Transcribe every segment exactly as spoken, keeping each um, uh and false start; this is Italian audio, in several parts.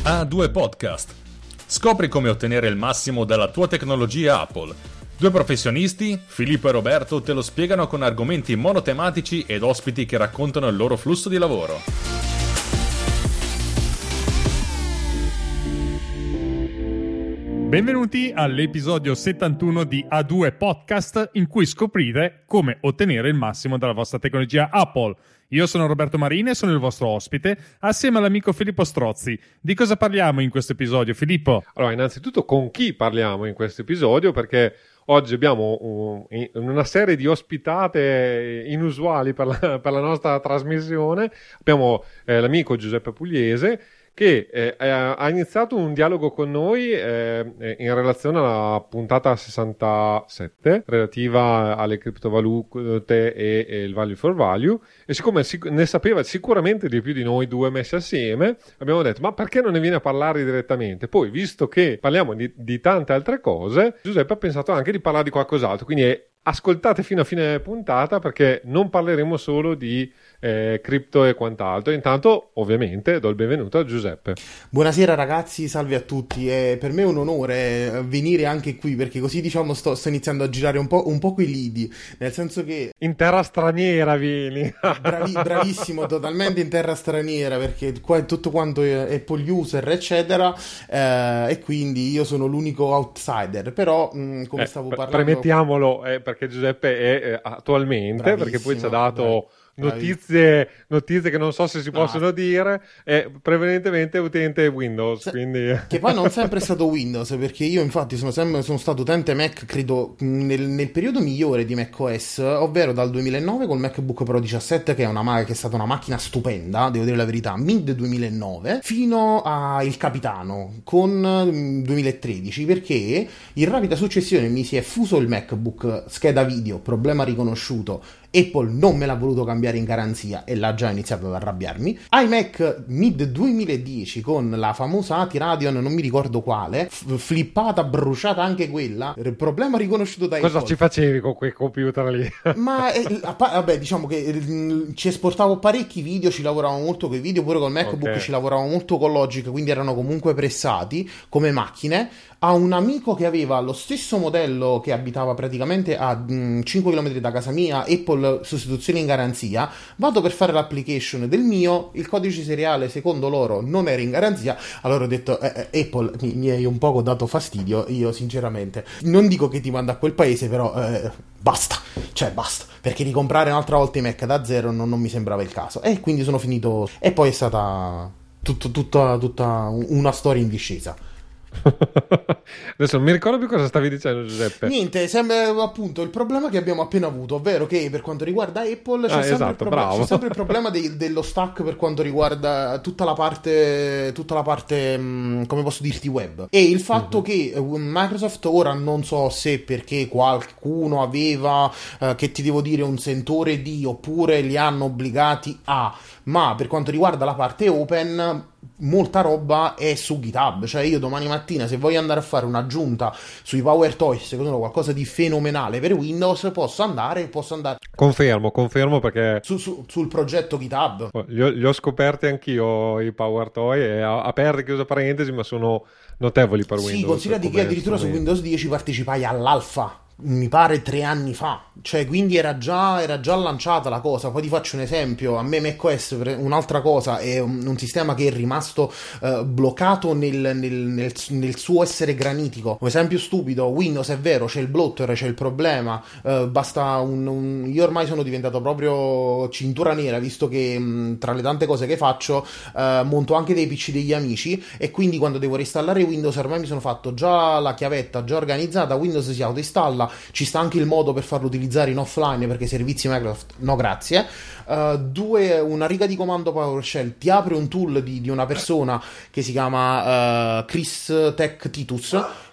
A due Podcast. Scopri come ottenere il massimo dalla tua tecnologia Apple. Due professionisti, Filippo e Roberto, te lo spiegano con argomenti monotematici ed ospiti che raccontano il loro flusso di lavoro. Benvenuti all'episodio settantuno di A due Podcast, in cui scoprite come ottenere il massimo dalla vostra tecnologia Apple. Io sono Roberto Marini e sono il vostro ospite, assieme all'amico Filippo Strozzi. Di cosa parliamo in questo episodio, Filippo? Allora, innanzitutto con chi parliamo in questo episodio, perché oggi abbiamo un, una serie di ospitate inusuali per la, per la nostra trasmissione. Abbiamo eh, l'amico Giuseppe Pugliese, che eh, ha iniziato un dialogo con noi eh, in relazione alla puntata sessantasette relativa alle criptovalute e, e il value for value, e siccome ne sapeva sicuramente di più di noi due messi assieme, abbiamo detto ma perché non ne viene a parlare direttamente? Poi, visto che parliamo di, di tante altre cose, Giuseppe ha pensato anche di parlare di qualcos'altro, quindi è, ascoltate fino a fine puntata, perché non parleremo solo di eh, cripto e quant'altro. Intanto, ovviamente, do il benvenuto a Giuseppe. Buonasera ragazzi, salve a tutti. È per me un onore venire anche qui, perché così, diciamo, sto, sto iniziando a girare un po', un po' quei lidi, nel senso che in terra straniera vieni. Bravi, bravissimo, totalmente in terra straniera, perché qua è tutto quanto Apple user eccetera, eh, e quindi io sono l'unico outsider. Però mh, come eh, stavo parlando, premettiamolo, eh, perché Giuseppe è eh, attualmente, bravissimo, perché poi ci ha dato bravi. Notizie, notizie che non so se si No. possono dire, è prevalentemente utente Windows, Se, quindi... che poi non sempre è stato Windows, perché io infatti sono sempre sono stato utente Mac, credo nel, nel periodo migliore di macOS, ovvero dal duemilanove col MacBook Pro diciassette, che è, una, che è stata una macchina stupenda, devo dire la verità, mid duemilanove, fino a il Capitano con duemilatredici, perché in rapida successione mi si è fuso il MacBook, scheda video, problema riconosciuto, Apple non me l'ha voluto cambiare in garanzia e l'ha già iniziato ad arrabbiarmi. iMac mid duemiladieci con la famosa T-Radeon, non mi ricordo quale, f- flippata, bruciata anche quella, problema riconosciuto da Cosa Apple. ci facevi con quei computer lì? Ma eh, vabbè, diciamo che eh, ci esportavo parecchi video, ci lavoravo molto con i video, pure col MacBook Okay. ci lavoravo molto con Logic, quindi erano comunque pressati come macchine. A un amico che aveva lo stesso modello, che abitava praticamente a mh, cinque chilometri da casa mia, Apple sostituzione in garanzia, vado per fare l'application del mio, il codice seriale secondo loro non era in garanzia, allora ho detto eh, eh, Apple, mi, mi hai un poco dato fastidio, io sinceramente non dico che ti mando a quel paese, però eh, basta, cioè basta, perché ricomprare un'altra volta i Mac da zero non, non mi sembrava il caso, e quindi sono finito, e poi è stata tutto, tutta, tutta una storia in discesa. Adesso non mi ricordo più cosa stavi dicendo, Giuseppe. Niente, sembra appunto il problema che abbiamo appena avuto, ovvero che per quanto riguarda Apple c'è, Ah, sempre, esatto, il proble- bravo. c'è sempre il problema dei- dello stack per quanto riguarda tutta la parte, tutta la parte mh, come posso dirti, web, e il fatto Mm-hmm. che eh, Microsoft ora, non so se perché qualcuno aveva eh, che ti devo dire un sentore di, oppure li hanno obbligati a, ma per quanto riguarda la parte open molta roba è su GitHub, cioè io domani mattina se voglio andare a fare un'aggiunta sui PowerToys, secondo me qualcosa di fenomenale per Windows, posso andare posso andare Confermo, confermo, perché su, su, sul progetto GitHub. li ho, li ho scoperti anch'io i PowerToy, e a- aperti, chiusa parentesi, ma sono notevoli per Windows. Sì, considerati che come addirittura su strumenti. Windows dieci partecipai all'alfa, mi pare tre anni fa, cioè quindi era già, era già lanciata la cosa. Poi ti faccio un esempio, a me macOS, per un'altra cosa, è un, un sistema che è rimasto eh, bloccato nel, nel, nel, nel suo essere granitico. Un esempio stupido, Windows è vero, c'è il bloatware, c'è il problema, eh, basta un, un... io ormai sono diventato proprio cintura nera, visto che mh, tra le tante cose che faccio eh, monto anche dei P C degli amici, e quindi quando devo reinstallare Windows ormai mi sono fatto già la chiavetta già organizzata, Windows si autoinstalla, ci sta anche il modo per farlo utilizzare in offline, perché i servizi Microsoft no grazie. Uh, due, una riga di comando PowerShell ti apre un tool di, di una persona che si chiama uh, Chris Tech Titus,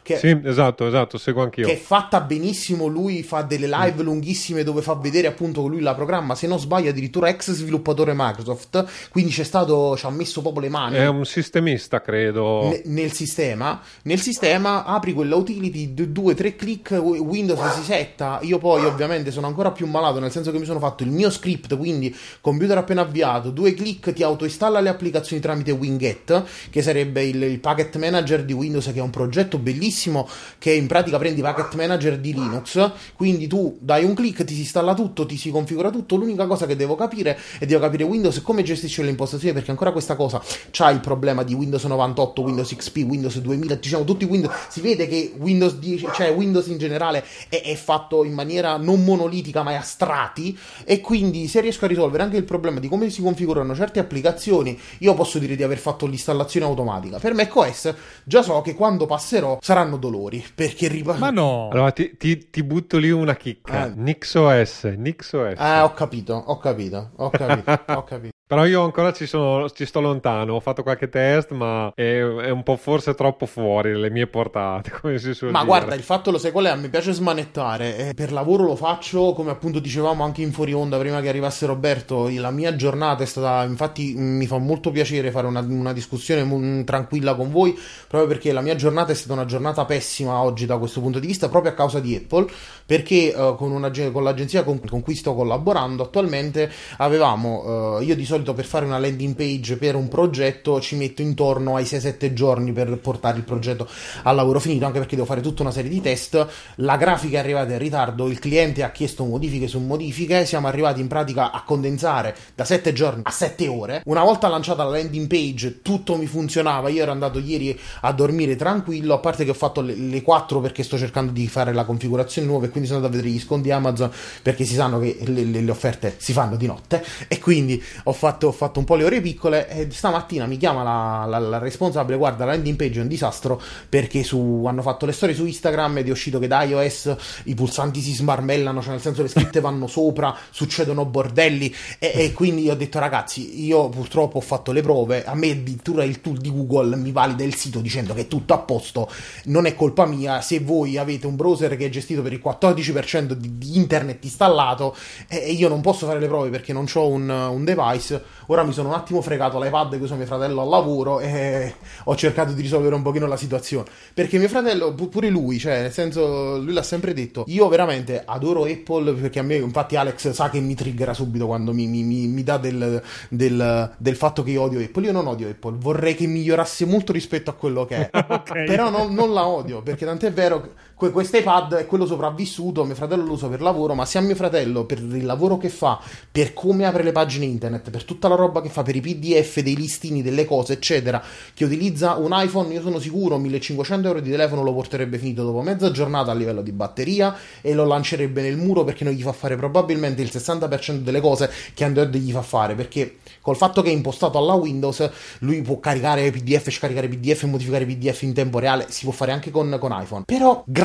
che sì, esatto, esatto, seguo anch'io. Che è fatta benissimo, lui fa delle live mm. lunghissime dove fa vedere appunto che lui la programma, se non sbaglio addirittura ex sviluppatore Microsoft, quindi c'è stato, ci ha messo proprio le mani. È un sistemista, credo. Ne, nel sistema, nel sistema apri quella utility, due tre click, Windows si setta. Io poi ovviamente sono ancora più malato, nel senso che mi sono fatto il mio script, quindi computer appena avviato, due click ti autoinstalla le applicazioni tramite Winget, che sarebbe il, il packet manager di Windows, che è un progetto bellissimo che in pratica prendi i packet manager di Linux, quindi tu dai un click, ti si installa tutto, ti si configura tutto. L'unica cosa che devo capire è devo capire Windows come gestisce le impostazioni, perché ancora questa cosa c'ha il problema di Windows novantotto, Windows X P, Windows duemila, diciamo tutti Windows. Si vede che Windows dieci, cioè Windows in generale è, è fatto in maniera non monolitica ma a strati, e quindi se riesco a risolvere anche il problema di come si configurano certe applicazioni, io posso dire di aver fatto l'installazione automatica. Per macOS già so che quando passerò saranno dolori, perché ripa- ma no, allora ti, ti, ti butto lì una chicca. eh. NixOS NixOS eh ho capito ho capito ho capito ho capito però io ancora ci, sono, ci sto lontano, ho fatto qualche test, ma è, è un po' forse troppo fuori le mie portate, come si suol ma dire. guarda, il fatto lo sai qual è? A me piace smanettare, eh, per lavoro lo faccio, come appunto dicevamo anche in fuori onda prima che arrivasse Roberto. La mia giornata è stata, infatti mi fa molto piacere fare una, una discussione m- tranquilla con voi, proprio perché la mia giornata è stata una giornata pessima oggi da questo punto di vista, proprio a causa di Apple, perché uh, con, una, con l'agenzia con, con cui sto collaborando attualmente avevamo, uh, io di solito per fare una landing page per un progetto ci metto intorno ai sei sette giorni per portare il progetto al lavoro finito, anche perché devo fare tutta una serie di test. La grafica è arrivata in ritardo, il cliente ha chiesto modifiche su modifiche, siamo arrivati in pratica a condensare da sette giorni a sette ore. Una volta lanciata la landing page tutto mi funzionava, io ero andato ieri a dormire tranquillo, a parte che ho fatto le, le quattro perché sto cercando di fare la configurazione nuova, e quindi sono andato a vedere gli sconti Amazon, perché si sanno che le, le, le offerte si fanno di notte, e quindi ho fatto Ho fatto un po' le ore piccole, e stamattina mi chiama la, la, la responsabile: guarda, la landing page è un disastro perché su, hanno fatto le storie su Instagram ed è uscito che da iOS i pulsanti si smarmellano, cioè nel senso le scritte vanno sopra, succedono bordelli, e, e quindi ho detto ragazzi, io purtroppo ho fatto le prove, a me addirittura il tool di Google mi valida il sito dicendo che è tutto a posto, non è colpa mia, se voi avete un browser che è gestito per il quattordici per cento di, di internet installato, e, e io non posso fare le prove perché non ho un, un device. Ora mi sono un attimo fregato l'iPad che usa mio fratello al lavoro e ho cercato di risolvere un pochino la situazione, perché mio fratello, pure lui, cioè nel senso, lui l'ha sempre detto, io veramente adoro Apple, perché a me, infatti Alex sa che mi triggera subito quando mi, mi, mi, mi dà del, del, del fatto che io odio Apple. Io non odio Apple, vorrei che migliorasse molto rispetto a quello che è. Okay. Però non, non la odio, perché tant'è vero che questo iPad è quello sopravvissuto, mio fratello lo usa per lavoro, ma se a mio fratello, per il lavoro che fa, per come apre le pagine internet, per tutta la roba che fa, per i P D F, dei listini, delle cose eccetera, che utilizza un iPhone, io sono sicuro millecinquecento euro di telefono lo porterebbe finito dopo mezza giornata a livello di batteria, e lo lancerebbe nel muro, perché non gli fa fare probabilmente il sessanta per cento delle cose che Android gli fa fare, perché col fatto che è impostato alla Windows lui può caricare P D F, scaricare P D F, modificare P D F in tempo reale, si può fare anche con, con iPhone, però gratta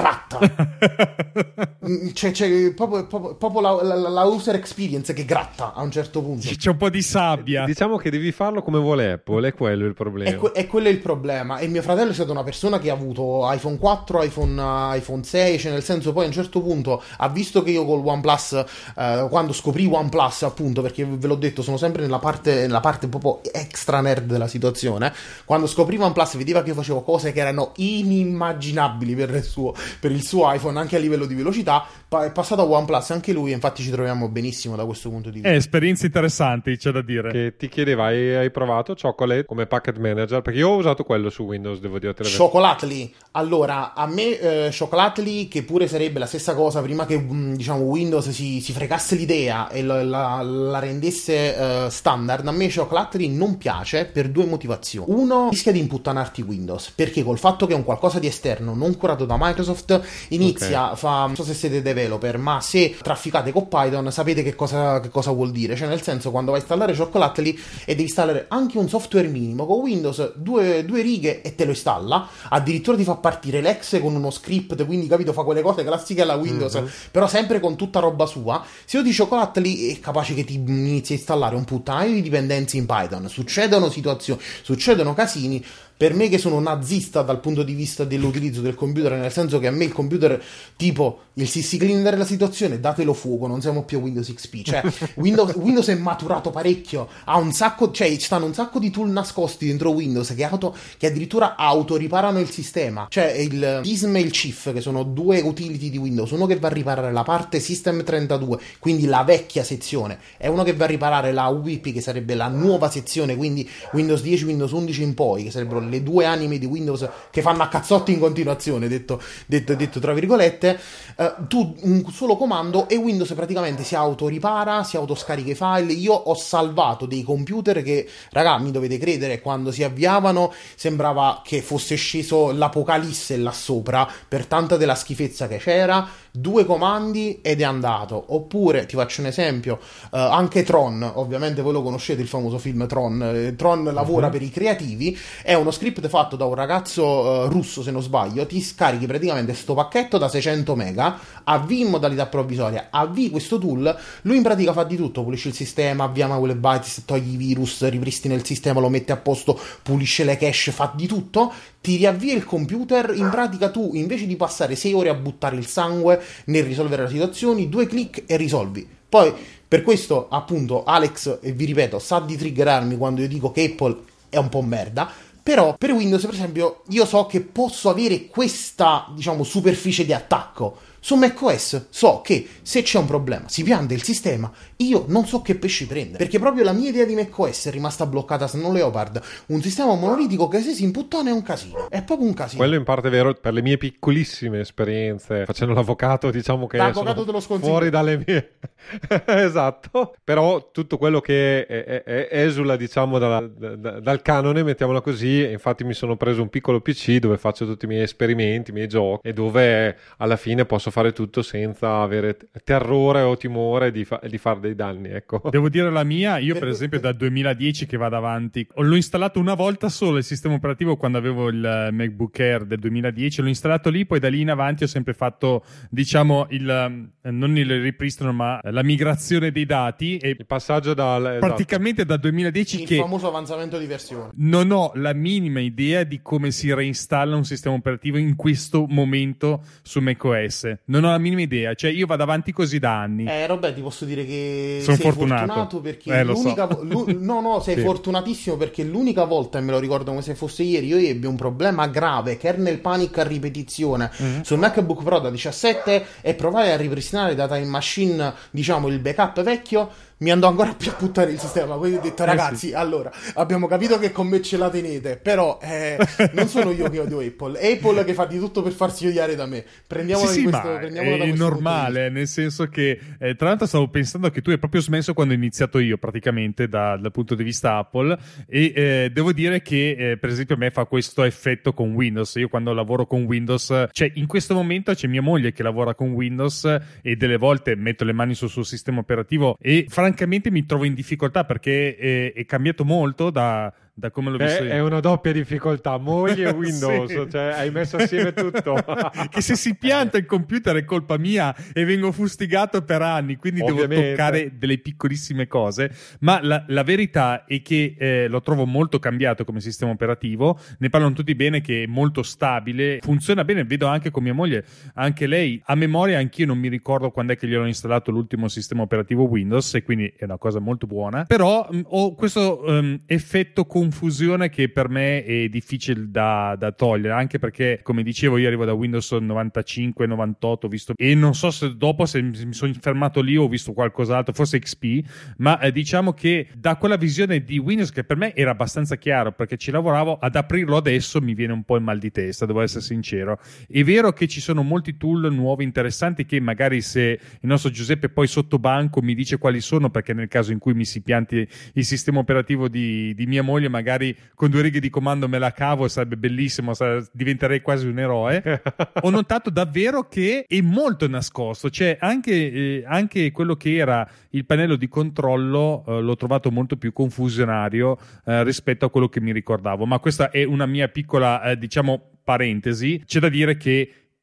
c'è, c'è proprio, proprio, proprio la, la, la user experience che gratta a un certo punto, c'è un po' di sabbia. Diciamo che devi farlo come vuole Apple, è quello il problema. È, que- è quello il problema. E mio fratello è stato una persona che ha avuto iPhone quattro, iPhone, uh, iPhone sei, cioè nel senso, poi a un certo punto ha visto che io col OnePlus, uh, quando scoprì OnePlus appunto, perché ve l'ho detto sono sempre nella parte, nella parte proprio extra nerd della situazione, quando scoprì OnePlus vedeva che io facevo cose che erano inimmaginabili per il suo, per il suo iPhone, anche a livello di velocità. Pa- è passato a OnePlus anche lui, e infatti ci troviamo benissimo da questo punto di vista. Eh, esperienze interessanti, c'è da dire. Che ti chiedeva, hai, hai provato Chocolate come packet manager? Perché io ho usato quello su Windows, devo dire. Chocolately, allora a me eh, Chocolately, che pure sarebbe la stessa cosa prima che mh, diciamo Windows si, si fregasse l'idea e la, la, la rendesse uh, standard, a me Chocolately non piace per due motivazioni. Uno, rischia di imputtanarti Windows, perché col fatto che è un qualcosa di esterno non curato da Microsoft inizia, okay. fa, non so se siete developer, ma se trafficate con Python sapete che cosa, che cosa vuol dire, cioè nel senso, quando vai a installare Chocolately e devi installare anche un software minimo con Windows, due, due righe e te lo installa, addirittura ti fa partire l'ex con uno script, quindi capito, fa quelle cose classiche alla Windows, mm-hmm. però sempre con tutta roba sua. Se io di Chocolately è capace che ti inizi a installare un puttanaio di dipendenze in Python, succedono situazioni, succedono casini, per me che sono nazista dal punto di vista dell'utilizzo del computer, nel senso che a me il computer, tipo il sissi clean della situazione, datelo fuoco, non siamo più Windows X P, cioè Windows, Windows è maturato parecchio, ha un sacco, cioè ci stanno un sacco di tool nascosti dentro Windows che, auto, che addirittura autoriparano il sistema, cioè il I S M e il C I F, che sono due utility di Windows, uno che va a riparare la parte System trentadue, quindi la vecchia sezione, e uno che va a riparare la U V P, che sarebbe la nuova sezione, quindi Windows dieci, Windows undici in poi, che sarebbero le due anime di Windows che fanno a cazzotti in continuazione, detto, detto, detto tra virgolette. Uh, tu un solo comando e Windows praticamente si autoripara, si autoscarica i file. Io ho salvato dei computer che, raga, mi dovete credere, quando si avviavano sembrava che fosse sceso l'apocalisse là sopra per tanta della schifezza che c'era. Due comandi ed è andato. Oppure ti faccio un esempio, uh, anche Tron, ovviamente voi lo conoscete il famoso film Tron. eh, Tron lavora uh-huh. per i creativi, è uno script fatto da un ragazzo uh, russo, se non sbaglio. Ti scarichi praticamente sto pacchetto da seicento mega, avvii in modalità provvisoria, avvii questo tool, lui in pratica fa di tutto: pulisce il sistema, avvia malwarebytes, toglie i virus, ripristina il sistema, lo mette a posto, pulisce le cache, fa di tutto, ti riavvia il computer. In pratica tu, invece di passare sei ore a buttare il sangue nel risolvere le situazioni, due clic e risolvi. Poi per questo appunto Alex, e vi ripeto, sa di triggerarmi quando io dico che Apple è un po' merda, però per Windows per esempio io so che posso avere questa, diciamo, superficie di attacco. Su macOS so che se c'è un problema si pianta il sistema, io non so che pesci prendere, perché proprio la mia idea di macOS è rimasta bloccata a Snow Leopard, un sistema monolitico che se si imputtana è un casino, è proprio un casino. Quello in parte è vero per le mie piccolissime esperienze facendo l'avvocato, diciamo che l'avvocato sono te lo fuori dalle mie esatto, però tutto quello che è, è, è, esula, diciamo, da, da, dal canone, mettiamola così. Infatti mi sono preso un piccolo P C dove faccio tutti i miei esperimenti, i miei giochi, e dove alla fine posso fare tutto senza avere terrore o timore di, fa- di fare dei danni, ecco. Devo dire la mia, io per esempio dal duemiladieci che vado avanti, l'ho installato una volta solo il sistema operativo quando avevo il MacBook Air del duemiladieci, l'ho installato lì, poi da lì in avanti ho sempre fatto, diciamo, il non il ripristino ma la migrazione dei dati, e il passaggio dal praticamente esatto. dal duemiladieci il che famoso avanzamento di versione. Non ho la minima idea di come si reinstalla un sistema operativo in questo momento su macOS. Non ho la minima idea, cioè io vado avanti così da anni. Eh, Robè, ti posso dire che sono sei fortunato. fortunato perché eh, l'unica so. vo- no, no, sei sì. fortunatissimo, perché l'unica volta, e me lo ricordo come se fosse ieri, io ebbi un problema grave, kernel panic a ripetizione mm-hmm. sul MacBook Pro da diciassette, e provai a ripristinare da Time Machine, diciamo, il backup vecchio. Mi andò ancora più a puttare il sistema. Poi ho detto, ragazzi, eh sì. allora abbiamo capito che con me ce la tenete, però eh, non sono io che odio Apple, è Apple che fa di tutto per farsi odiare da me. Prendiamola sì, di sì, questo, ma prendiamola da è questo normale, nel senso che eh, tra l'altro stavo pensando che tu hai proprio smesso quando ho iniziato io, praticamente da, dal punto di vista Apple, e eh, devo dire che eh, per esempio a me fa questo effetto con Windows. Io quando lavoro con Windows, cioè in questo momento c'è mia moglie che lavora con Windows e delle volte metto le mani sul suo sistema operativo e francamente mi trovo in difficoltà perché è, è cambiato molto da, da come l'ho visto è, io. È una doppia difficoltà, moglie e Windows, sì. Cioè hai messo assieme tutto. Che se si pianta il computer è colpa mia e vengo fustigato per anni, quindi Ovviamente. devo toccare delle piccolissime cose, ma la, la verità è che eh, lo trovo molto cambiato come sistema operativo, ne parlano tutti bene che è molto stabile, funziona bene, vedo anche con mia moglie, anche lei a memoria, anch'io non mi ricordo quando è che gliel'ho installato l'ultimo sistema operativo Windows, e quindi è una cosa molto buona, però mh, ho questo um, effetto confusione che per me è difficile da, da togliere, anche perché come dicevo io arrivo da Windows novantacinque novantotto, ho visto, e non so se dopo se mi sono fermato lì o ho visto qualcos'altro, forse X P, ma eh, diciamo che da quella visione di Windows che per me era abbastanza chiaro perché ci lavoravo, ad aprirlo adesso mi viene un po' il mal di testa, devo essere sincero. È vero che ci sono molti tool nuovi interessanti che magari se il nostro Giuseppe poi sotto banco mi dice quali sono, perché nel caso in cui mi si pianti il sistema operativo di, di mia moglie magari con due righe di comando me la cavo e sarebbe bellissimo, sarebbe, diventerei quasi un eroe. Ho notato davvero che è molto nascosto, cioè anche, eh, anche quello che era il pannello di controllo eh, l'ho trovato molto più confusionario eh, rispetto a quello che mi ricordavo, ma questa è una mia piccola eh, diciamo parentesi. C'è da dire che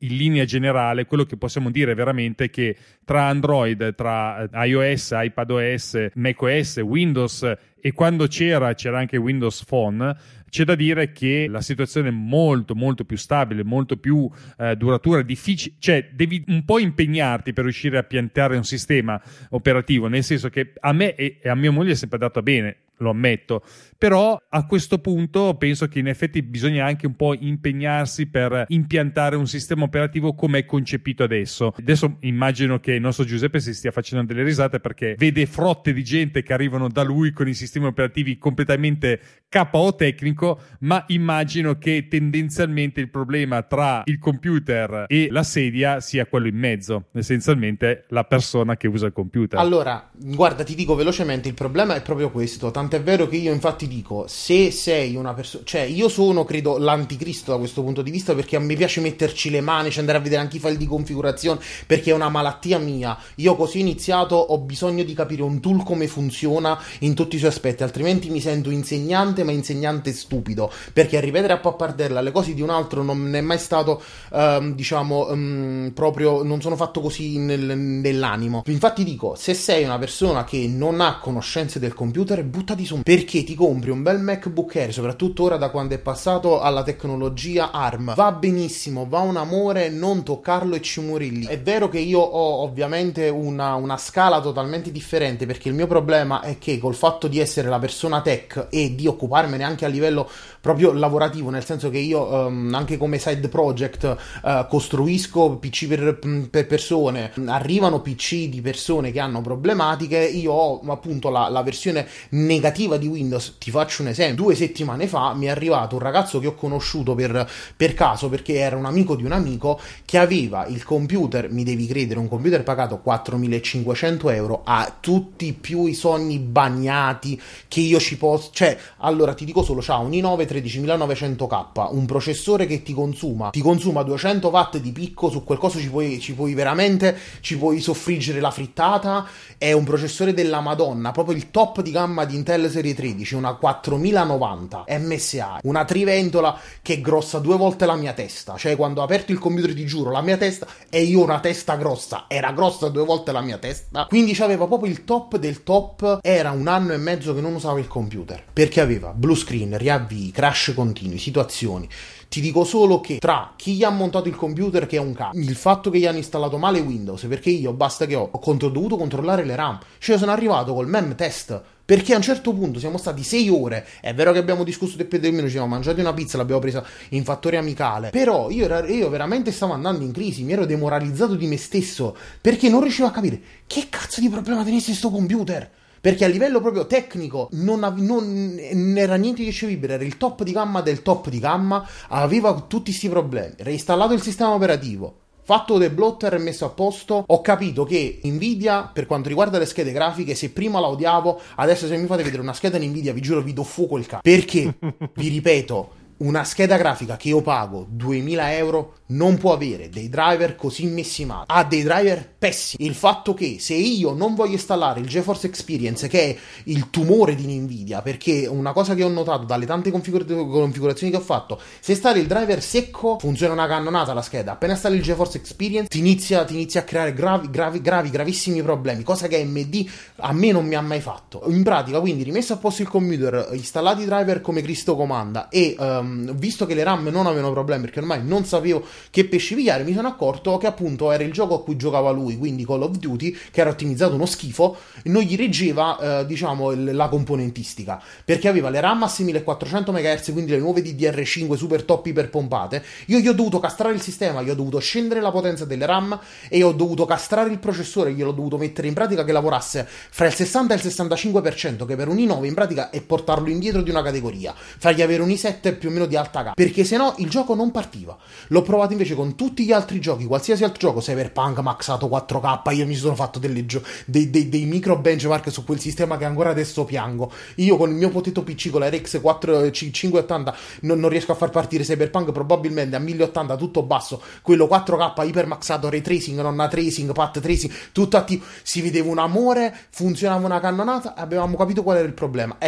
in linea generale quello che possiamo dire veramente è che tra Android, tra iOS, iPadOS, macOS, Windows e quando c'era, c'era anche Windows Phone, c'è da dire che la situazione è molto molto più stabile, molto più eh, duratura, difficile, cioè devi un po' impegnarti per riuscire a piantare un sistema operativo, nel senso che a me e a mia moglie è sempre andata bene, lo ammetto, però a questo punto penso che in effetti bisogna anche un po' impegnarsi per impiantare un sistema operativo come è concepito adesso. Adesso immagino che il nostro Giuseppe si stia facendo delle risate perché vede frotte di gente che arrivano da lui con i sistemi operativi completamente K O tecnico, ma immagino che tendenzialmente il problema tra il computer e la sedia sia quello in mezzo, essenzialmente la persona che usa il computer. Allora, guarda, ti dico velocemente, il problema è proprio questo, tant'è vero che io infatti dico, se sei una persona, cioè io sono credo l'anticristo da questo punto di vista, perché a me piace metterci le mani, cioè andare a vedere anche i file di configurazione, perché è una malattia mia. Io così ho iniziato, ho bisogno di capire un tool come funziona in tutti i suoi aspetti, altrimenti mi sento insegnante, ma insegnante stupido, perché a ripetere a pappardella le cose di un altro non è mai stato ehm, diciamo ehm, proprio, non sono fatto così nel, nell'animo. Infatti dico, se sei una persona che non ha conoscenze del computer, buttati su, perché ti compri un bel MacBook Air, soprattutto ora da quando è passato alla tecnologia ARM, va benissimo, va un amore, non toccarlo e ci muori lì. È vero che io ho ovviamente una, una scala totalmente differente, perché il mio problema è che col fatto di essere la persona tech e di occuparmene anche a livello proprio lavorativo, nel senso che io um, anche come side project uh, costruisco P C per, per persone, arrivano P C di persone che hanno problematiche, io ho appunto la, la versione negativa di Windows. Ti faccio un esempio: due settimane fa mi è arrivato un ragazzo che ho conosciuto per, per caso, perché era un amico di un amico che aveva il computer, mi devi credere, un computer pagato quattromilacinquecento euro, a tutti più i sogni bagnati che io ci posso, cioè allora ti dico solo, c'ha un i nove tredicimilanovecento K, un processore che ti consuma ti consuma duecento watt di picco, su quel coso ci puoi, ci puoi veramente ci puoi soffriggere la frittata. È un processore della Madonna, proprio il top di gamma di Intel serie tredici, una quattromilanovanta M S I, una triventola che è grossa due volte la mia testa, cioè quando ho aperto il computer ti giuro la mia testa, e io una testa grossa, era grossa due volte la mia testa, quindi c'aveva proprio il top del top. Era un anno e mezzo che non usavo il computer perché aveva blue screen, riavvii, crash continui, situazioni. Ti dico solo che tra chi gli ha montato il computer, che è un caso, il fatto che gli hanno installato male Windows, perché io basta che ho, ho contro- dovuto controllare le RAM, cioè sono arrivato col mem test, perché a un certo punto siamo stati sei ore, è vero che abbiamo discusso del piede del meno, ci siamo mangiati una pizza, l'abbiamo presa in fattore amicale, però io, era, io veramente stavo andando in crisi, mi ero demoralizzato di me stesso, perché non riuscivo a capire che cazzo di problema tenesse sto computer. Perché a livello proprio tecnico non, av- non era niente di ricevibile, era il top di gamma del top di gamma, aveva tutti questi problemi. Reinstallato il sistema operativo, fatto dei blotter e messo a posto, ho capito che Nvidia, per quanto riguarda le schede grafiche, se prima la odiavo, adesso se mi fate vedere una scheda in Nvidia, vi giuro vi do fuoco il cazzo. Perché, vi ripeto, una scheda grafica che io pago duemila euro non può avere dei driver così messi male, ha dei driver pessimi. Il fatto che se io non voglio installare il GeForce Experience, che è il tumore di Nvidia, perché una cosa che ho notato dalle tante configura- configurazioni che ho fatto, se installe il driver secco funziona una cannonata la scheda, appena installi il GeForce Experience ti inizia, ti inizia a creare gravi, gravi, gravi, gravissimi problemi, cosa che A M D a me non mi ha mai fatto. In pratica, quindi, rimesso a posto il computer, installati i driver come Cristo comanda e um, visto che le RAM non avevano problemi, perché ormai non sapevo che pesci pigliare, mi sono accorto che appunto era il gioco a cui giocava lui, quindi Call of Duty, che era ottimizzato uno schifo, e non gli reggeva eh, diciamo il, la componentistica, perché aveva le RAM a seimilaquattrocento megahertz, quindi le nuove D D R cinque super top iperpompate. Io gli ho dovuto castrare il sistema, gli ho dovuto scendere la potenza delle RAM e ho dovuto castrare il processore, gliel'ho dovuto mettere in pratica che lavorasse fra il sessanta e il sessantacinque per cento, che per un i nove in pratica è portarlo indietro di una categoria, fargli avere un i sette più o meno di alta gamma, perché se no il gioco non partiva. L'ho provato invece con tutti gli altri giochi, qualsiasi altro gioco, Cyberpunk maxato quattro K, io mi sono fatto delle gio- dei, dei, dei micro benchmark su quel sistema che ancora adesso piango. Io con il mio potato P C con la R X cinquecentottanta non, non riesco a far partire Cyberpunk probabilmente a mille ottanta tutto basso, quello quattro K ipermaxato, ray tracing, nonna tracing, path tracing, tutto attivo, si vedeva un amore, funzionava una cannonata, avevamo capito qual era il problema. Ecco,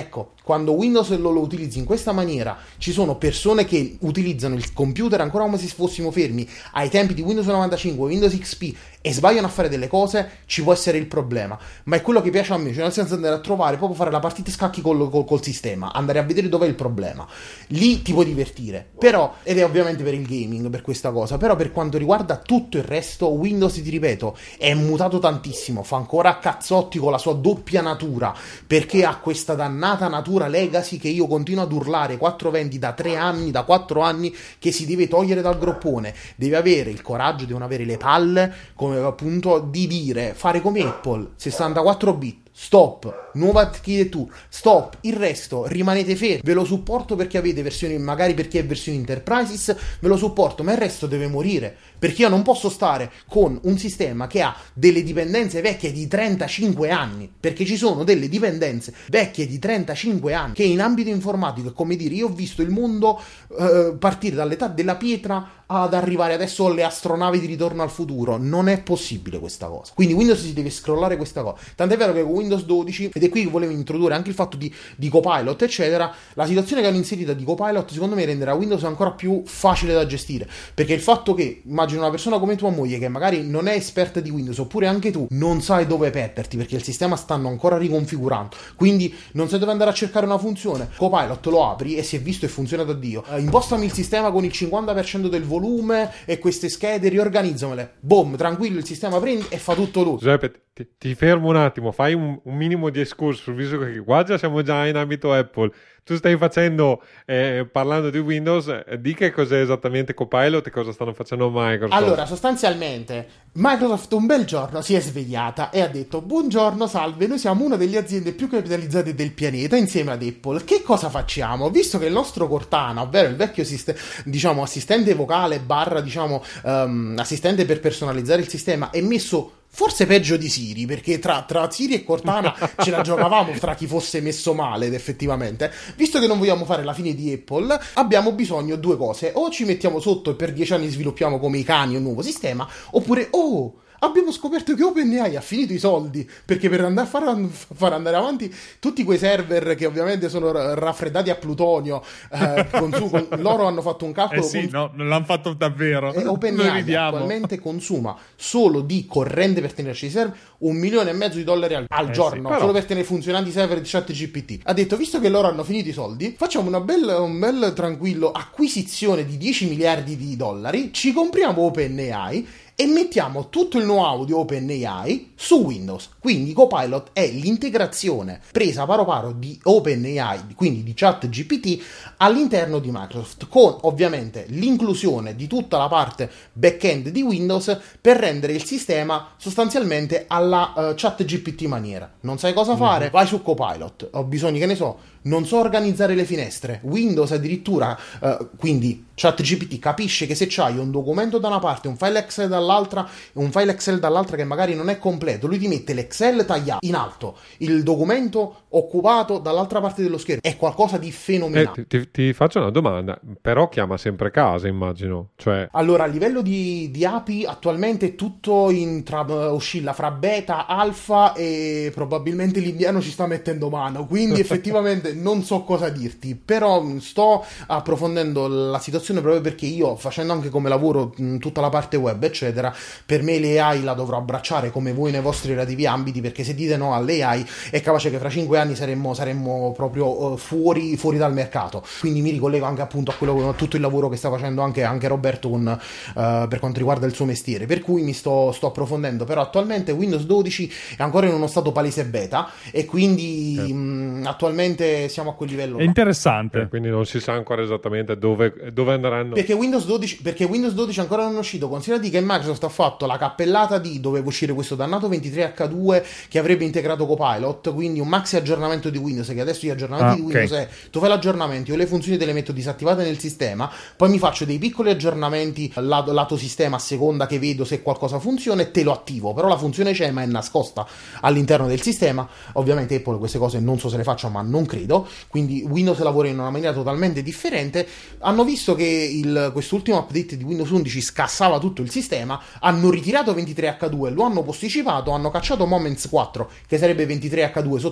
quando Windows lo, lo utilizzi in questa maniera, ci sono persone che utilizzano il computer ancora come se fossimo fermi ai tempi di Windows novantacinque, Windows X P, e sbagliano a fare delle cose, ci può essere il problema. Ma è quello che piace a me, cioè nel senso andare a trovare, proprio fare la partita scacchi col, col, col sistema, andare a vedere dov'è il problema. Lì ti puoi divertire, però, ed è ovviamente per il gaming, per questa cosa, però per quanto riguarda tutto il resto, Windows, ti ripeto, è mutato tantissimo, fa ancora a cazzotti con la sua doppia natura, perché ha questa dannata natura legacy che io continuo ad urlare quattrocentoventi da tre anni, da quattro anni, che si deve togliere dal groppone. Deve avere il coraggio, devono avere le palle, come appunto, di dire, fare come Apple, sessantaquattro bit, stop, nuova architettura, stop, il resto rimanete fermi, ve lo supporto perché avete versioni, magari perché è versione Enterprises, ve lo supporto, ma il resto deve morire, perché io non posso stare con un sistema che ha delle dipendenze vecchie di trentacinque anni, perché ci sono delle dipendenze vecchie di trentacinque anni che in ambito informatico è come dire, io ho visto il mondo eh, partire dall'età della pietra ad arrivare adesso alle astronavi di Ritorno al futuro. Non è possibile questa cosa, quindi Windows si deve scrollare questa cosa, tant'è vero che con Windows dodici, ed è qui che volevo introdurre anche il fatto di, di Copilot eccetera, la situazione che hanno inserita di Copilot secondo me renderà Windows ancora più facile da gestire, perché il fatto che, immagino una persona come tua moglie che magari non è esperta di Windows, oppure anche tu non sai dove perderti perché il sistema stanno ancora riconfigurando, quindi non sai dove andare a cercare una funzione, Copilot lo apri e si è visto e funziona da Dio, eh, impostami il sistema con il cinquanta per cento del volume e queste schede riorganizzamele, boom, tranquillo, il sistema prende e fa tutto lui. Giuseppe, ti, ti fermo un attimo, fai un, un minimo di escursus, visto che qua già siamo già in ambito Apple. Tu stai facendo, eh, parlando di Windows, eh, di che cos'è esattamente Copilot e cosa stanno facendo Microsoft? Allora, sostanzialmente, Microsoft un bel giorno si è svegliata e ha detto: buongiorno, salve, noi siamo una delle aziende più capitalizzate del pianeta insieme ad Apple. Che cosa facciamo? Visto che il nostro Cortana, ovvero il vecchio sist- diciamo assistente vocale barra diciamo um, assistente per personalizzare il sistema, è messo forse peggio di Siri, perché tra, tra Siri e Cortana ce la giocavamo tra chi fosse messo male, ed effettivamente, visto che non vogliamo fare la fine di Apple, abbiamo bisogno di due cose: o ci mettiamo sotto e per dieci anni sviluppiamo come i cani un nuovo sistema, oppure oh, abbiamo scoperto che OpenAI ha finito i soldi, perché per andare a far, far andare avanti tutti quei server che ovviamente sono raffreddati a plutonio, eh, con su, con, loro hanno fatto un calcolo, eh sì, con, no, non l'hanno fatto davvero, e OpenAI attualmente consuma solo di corrente per tenerci i server un milione e mezzo di dollari al, al eh giorno, sì, però... solo per tenere funzionanti i server di ChatGPT. Ha detto, visto che loro hanno finito i soldi, facciamo una bella, un bel tranquillo acquisizione di dieci miliardi di dollari, ci compriamo OpenAI e mettiamo tutto il know-how di OpenAI su Windows. Quindi Copilot è l'integrazione presa paro paro di OpenAI, quindi di ChatGPT, all'interno di Microsoft, con ovviamente l'inclusione di tutta la parte back-end di Windows per rendere il sistema sostanzialmente alla uh, ChatGPT maniera. Non sai cosa fare? Mm-hmm. Vai su Copilot. Ho bisogno, che ne so, non so organizzare le finestre. Windows addirittura, uh, quindi ChatGPT capisce che se c'hai un documento da una parte, un file Excel dall'altra, un file Excel dall'altra che magari non è completo, lui ti mette l'Excel tagliato in alto, il documento occupato dall'altra parte dello schermo. È qualcosa di fenomenale. Eh, ti, ti faccio una domanda, però chiama sempre casa, immagino. Cioè... Allora, a livello di, di A P I attualmente tutto in tra, oscilla fra beta, alfa, e probabilmente l'indiano ci sta mettendo mano, quindi effettivamente non so cosa dirti, però sto approfondendo la situazione proprio perché io, facendo anche come lavoro mh, tutta la parte web eccetera, per me l'A I la dovrò abbracciare come voi nei vostri relativi ambiti, perché se dite no all'A I è capace che fra cinque anni saremmo, saremmo proprio uh, fuori, fuori dal mercato. Quindi mi ricollego anche appunto a quello, a tutto il lavoro che sta facendo anche, anche Roberto con, uh, per quanto riguarda il suo mestiere, per cui mi sto, sto approfondendo. Però attualmente Windows dodici è ancora in uno stato palese beta e quindi eh. mh, attualmente siamo a quel livello. È interessante. Eh, quindi non si sa ancora esattamente dove, dove andranno. Perché Windows dodici, perché Windows dodici ancora non è uscito. Considerati che Microsoft ha fatto la cappellata di doveva uscire questo dannato ventitré acca due che avrebbe integrato Copilot, quindi un maxi aggiornamento di Windows, che adesso gli aggiornamenti ah, di Windows okay. è tu fai l'aggiornamento, io le funzioni te le metto disattivate nel sistema, poi mi faccio dei piccoli aggiornamenti lato, lato sistema a seconda che vedo se qualcosa funziona e te lo attivo, però la funzione c'è ma è nascosta all'interno del sistema. Ovviamente Apple queste cose non so se le faccia, ma non credo, quindi Windows lavora in una maniera totalmente differente. Hanno visto che il, quest'ultimo update di Windows undici scassava tutto il sistema, hanno ritirato ventitré acca due, lo hanno posticipato, hanno cacciato Moments quattro che sarebbe ventitré acca due sotto ventitré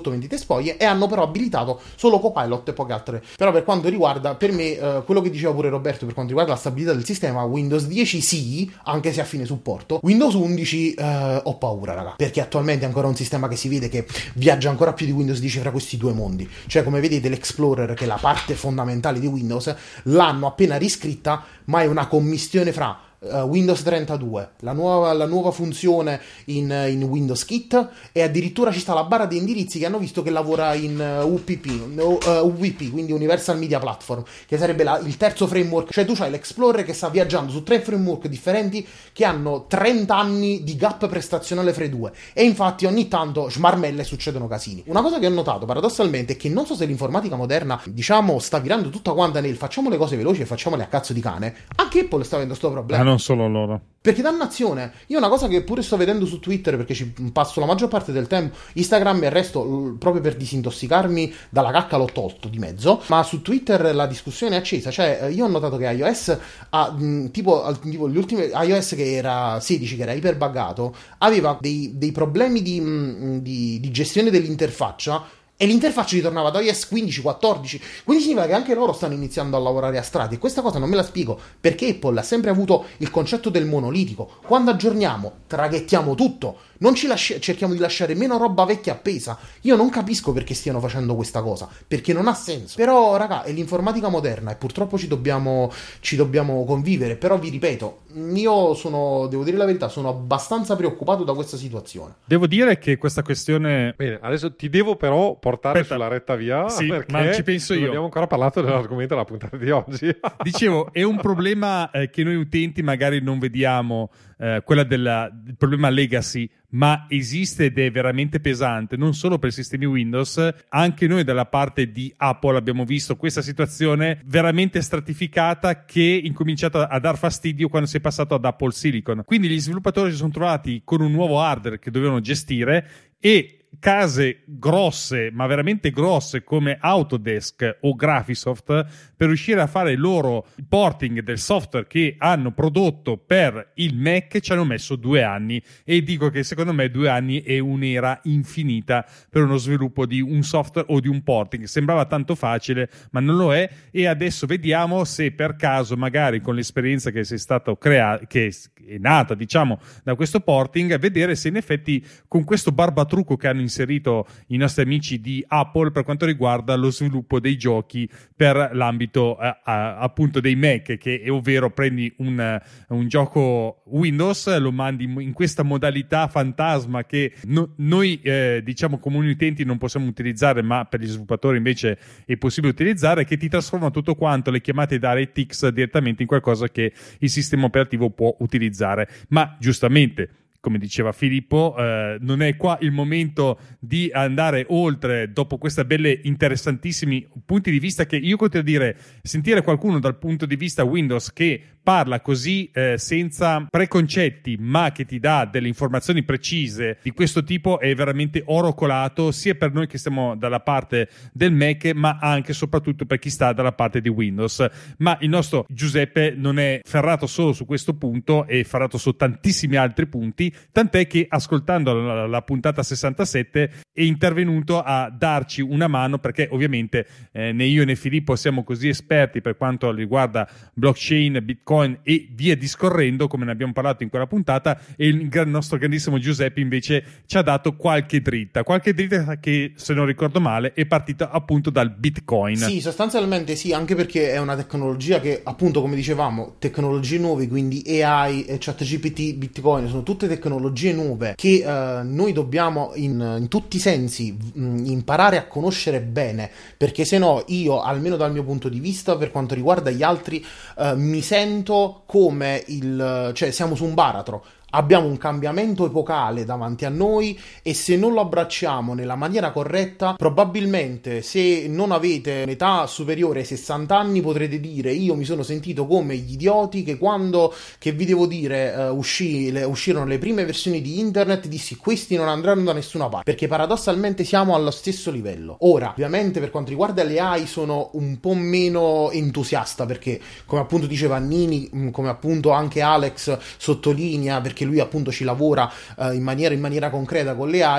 spoglie, e hanno però abilitato solo Copilot e poche altre. Però per quanto riguarda, per me, eh, quello che diceva pure Roberto per quanto riguarda la stabilità del sistema, Windows dieci sì, anche se a fine supporto. Windows undici eh, ho paura, raga, perché attualmente è ancora un sistema che si vede che viaggia ancora più di Windows dieci fra questi due mondi. Cioè, come vedete, l'Explorer, che è la parte fondamentale di Windows, l'hanno appena riscritta, ma è una commistione fra Uh, Windows trentadue, la nuova, la nuova funzione in, in Windows Kit, e addirittura ci sta la barra di indirizzi che hanno visto che lavora in uh, U P P, uh, U V P, quindi Universal Media Platform, che sarebbe la, il terzo framework. Cioè tu c'hai l'Explorer che sta viaggiando su tre framework differenti che hanno trenta anni di gap prestazionale fra i due, e infatti ogni tanto smarmelle e succedono casini. Una cosa che ho notato paradossalmente è che non so se l'informatica moderna, diciamo, sta virando tutta quanta nel facciamo le cose veloci e facciamole a cazzo di cane. Anche Apple sta avendo sto problema. Ah, non solo loro. Perché dannazione, io una cosa che pure sto vedendo su Twitter, perché ci passo la maggior parte del tempo, Instagram e il resto, proprio per disintossicarmi dalla cacca, l'ho tolto di mezzo, ma su Twitter la discussione è accesa. Cioè io ho notato che iOS ha, mh, tipo, tipo gli ultimi iOS che era sedici, che era iper buggato, aveva dei, dei problemi di, mh, di, di gestione dell'interfaccia, e l'interfaccia ritornava da iOS quindici quattordici, quindi significa che anche loro stanno iniziando a lavorare a strati, e questa cosa non me la spiego, perché Apple ha sempre avuto il concetto del monolitico. Quando aggiorniamo, traghettiamo tutto, non ci lasci- cerchiamo di lasciare meno roba vecchia appesa. Io non capisco perché stiano facendo questa cosa, perché non ha senso. Però raga, è l'informatica moderna e purtroppo ci dobbiamo, ci dobbiamo convivere. Però vi ripeto, io sono, devo dire la verità, sono abbastanza preoccupato da questa situazione. Devo dire che questa questione... Bene, adesso ti devo però portare Aspetta. sulla retta via, Sì, perché ma ci penso non io. abbiamo ancora parlato dell'argomento della puntata di oggi. Dicevo, è un problema eh, che noi utenti magari non vediamo, eh, quella del problema legacy, ma esiste ed è veramente pesante, non solo per i sistemi Windows. Anche noi dalla parte di Apple abbiamo visto questa situazione veramente stratificata, che è incominciata a dar fastidio quando si è passato ad Apple Silicon. Quindi gli sviluppatori si sono trovati con un nuovo hardware che dovevano gestire, e case grosse, ma veramente grosse, come Autodesk o Graphisoft, per riuscire a fare il loro porting del software che hanno prodotto per il Mac ci hanno messo due anni, e dico che secondo me due anni è un'era infinita per uno sviluppo di un software o di un porting. Sembrava tanto facile, ma non lo è, e adesso vediamo se per caso, magari con l'esperienza che si è stato creato, che è nata diciamo da questo porting, vedere se in effetti con questo barbatrucco che hanno inserito i nostri amici di Apple per quanto riguarda lo sviluppo dei giochi per l'ambito eh, appunto dei Mac, che è ovvero prendi un, un gioco Windows, lo mandi in questa modalità fantasma che no, noi eh, diciamo comuni utenti non possiamo utilizzare, ma per gli sviluppatori invece è possibile utilizzare, che ti trasforma tutto quanto, le chiamate DirectX, direttamente in qualcosa che il sistema operativo può utilizzare. Ma giustamente, come diceva Filippo, eh, non è qua il momento di andare oltre dopo questi belli interessantissimi punti di vista, che io continuo a dire, sentire qualcuno dal punto di vista Windows che parla così eh, senza preconcetti, ma che ti dà delle informazioni precise di questo tipo, è veramente oro colato, sia per noi che stiamo dalla parte del Mac, ma anche e soprattutto per chi sta dalla parte di Windows. Ma il nostro Giuseppe non è ferrato solo su questo punto, è ferrato su tantissimi altri punti, tant'è che ascoltando la, la puntata sessantasette è intervenuto a darci una mano, perché ovviamente eh, né io né Filippo siamo così esperti per quanto riguarda blockchain, Bitcoin e via discorrendo, come ne abbiamo parlato in quella puntata, e il nostro grandissimo Giuseppe invece ci ha dato qualche dritta, qualche dritta che, se non ricordo male, è partita appunto dal Bitcoin. Sì, sostanzialmente sì, anche perché è una tecnologia che, appunto, come dicevamo, tecnologie nuove, quindi A I, ChatGPT, Bitcoin, sono tutte tecnologie nuove che eh, noi dobbiamo in, in tutti i sensi mh, imparare a conoscere bene, perché se no io, almeno dal mio punto di vista, per quanto riguarda gli altri, eh, mi sento come il, cioè siamo su un baratro. Abbiamo un cambiamento epocale davanti a noi, e se non lo abbracciamo nella maniera corretta, probabilmente, se non avete un'età superiore ai sessanta anni, potrete dire: io mi sono sentito come gli idioti che quando, che vi devo dire, uh, uscì, le, uscirono le prime versioni di internet, dissi: questi non andranno da nessuna parte, perché paradossalmente siamo allo stesso livello. Ora, ovviamente, per quanto riguarda le A I sono un po' meno entusiasta, perché, come appunto diceva Nini, come appunto anche Alex sottolinea, perché lui appunto ci lavora uh, in maniera in maniera concreta con le A I,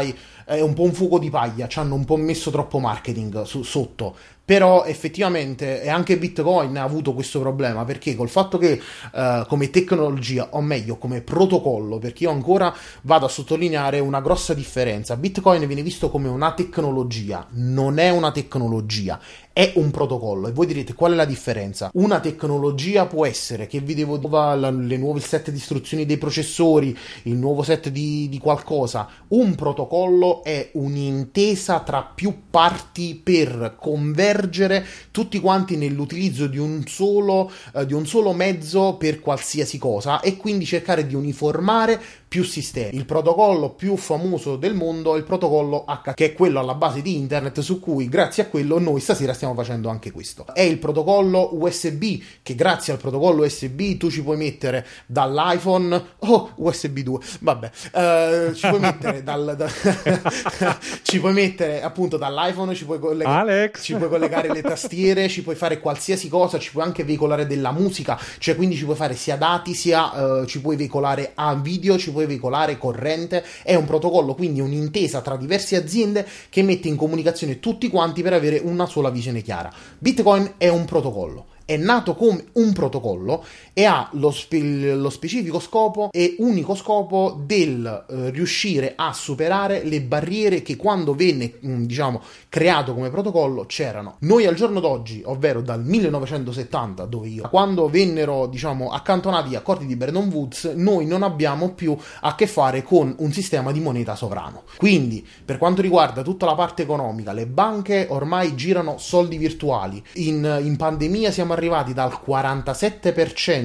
è un po' un fuoco di paglia, ci hanno un po' messo troppo marketing su, sotto. Però effettivamente e anche Bitcoin ha avuto questo problema, perché col fatto che uh, come tecnologia, o meglio come protocollo, perché io ancora vado a sottolineare una grossa differenza, Bitcoin viene visto come una tecnologia, non è una tecnologia, è un protocollo. E voi direte qual è la differenza? Una tecnologia può essere, che vi devo dire, le nuove set di istruzioni dei processori, il nuovo set di, di qualcosa. Un protocollo è un'intesa tra più parti per convergere tutti quanti nell'utilizzo di un solo eh, di un solo mezzo per qualsiasi cosa, e quindi cercare di uniformare più sistemi. Il protocollo più famoso del mondo è il protocollo H, che è quello alla base di internet, su cui grazie a quello noi stasera stiamo facendo anche questo. È il protocollo U S B, che grazie al protocollo U S B tu ci puoi mettere dall'iPhone, oh U S B due, vabbè, uh, ci puoi mettere dal, da, ci puoi mettere appunto dall'iPhone, ci puoi collegare, Alex. ci puoi collegare le tastiere, ci puoi fare qualsiasi cosa, ci puoi anche veicolare della musica, cioè quindi ci puoi fare sia dati sia uh, ci puoi veicolare a video, ci puoi veicolare corrente. È un protocollo, quindi un'intesa tra diverse aziende che mette in comunicazione tutti quanti per avere una sola visione chiara. Bitcoin è un protocollo, è nato come un protocollo e ha lo, spe- lo specifico scopo e unico scopo del eh, riuscire a superare le barriere che quando venne mh, diciamo creato come protocollo c'erano. Noi al giorno d'oggi, ovvero dal millenovecentosettanta, dove io quando vennero diciamo accantonati gli accordi di Bretton Woods, noi non abbiamo più a che fare con un sistema di moneta sovrano. Quindi per quanto riguarda tutta la parte economica, le banche ormai girano soldi virtuali. In, in pandemia siamo arrivati dal quarantasette per cento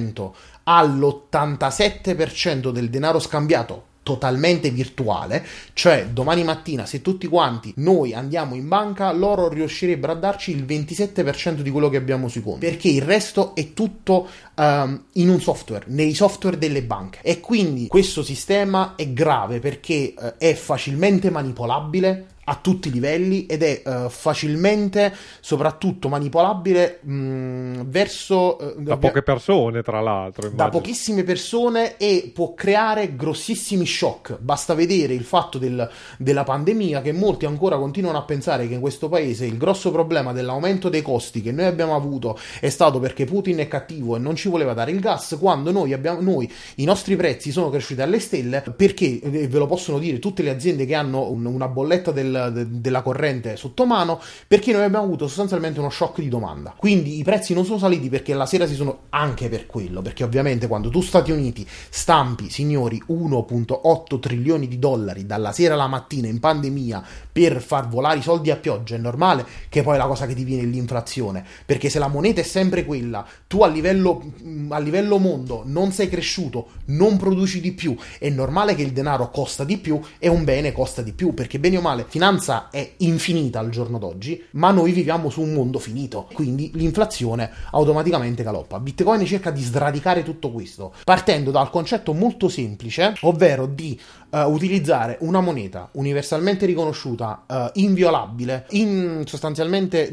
all'ottantasette per cento del denaro scambiato totalmente virtuale, cioè domani mattina se tutti quanti noi andiamo in banca, loro riuscirebbero a darci il ventisette per cento di quello che abbiamo sui conti, perché il resto è tutto um, in un software, nei software delle banche. E quindi questo sistema è grave perché uh, è facilmente manipolabile a tutti i livelli ed è uh, facilmente soprattutto manipolabile mh, verso uh, da poche persone, tra l'altro immagino. Da pochissime persone, e può creare grossissimi shock. Basta vedere il fatto del, della pandemia, che molti ancora continuano a pensare che in questo paese il grosso problema dell'aumento dei costi che noi abbiamo avuto è stato perché Putin è cattivo e non ci voleva dare il gas, quando noi abbiamo noi i nostri prezzi sono cresciuti alle stelle perché, e ve lo possono dire tutte le aziende che hanno un, una bolletta del della corrente sotto mano, perché noi abbiamo avuto sostanzialmente uno shock di domanda. Quindi i prezzi non sono saliti perché la sera si sono, anche per quello, perché ovviamente quando tu Stati Uniti stampi, signori, uno virgola otto trilioni di dollari dalla sera alla mattina in pandemia per far volare i soldi a pioggia, è normale che poi la cosa che ti viene è l'inflazione, perché se la moneta è sempre quella, tu a livello a livello mondo non sei cresciuto, non produci di più, è normale che il denaro costa di più e un bene costa di più, perché bene o male finanza è infinita al giorno d'oggi, ma noi viviamo su un mondo finito, quindi l'inflazione automaticamente galoppa. Bitcoin cerca di sradicare tutto questo partendo dal concetto molto semplice, ovvero di uh, utilizzare una moneta universalmente riconosciuta, uh, inviolabile, in, sostanzialmente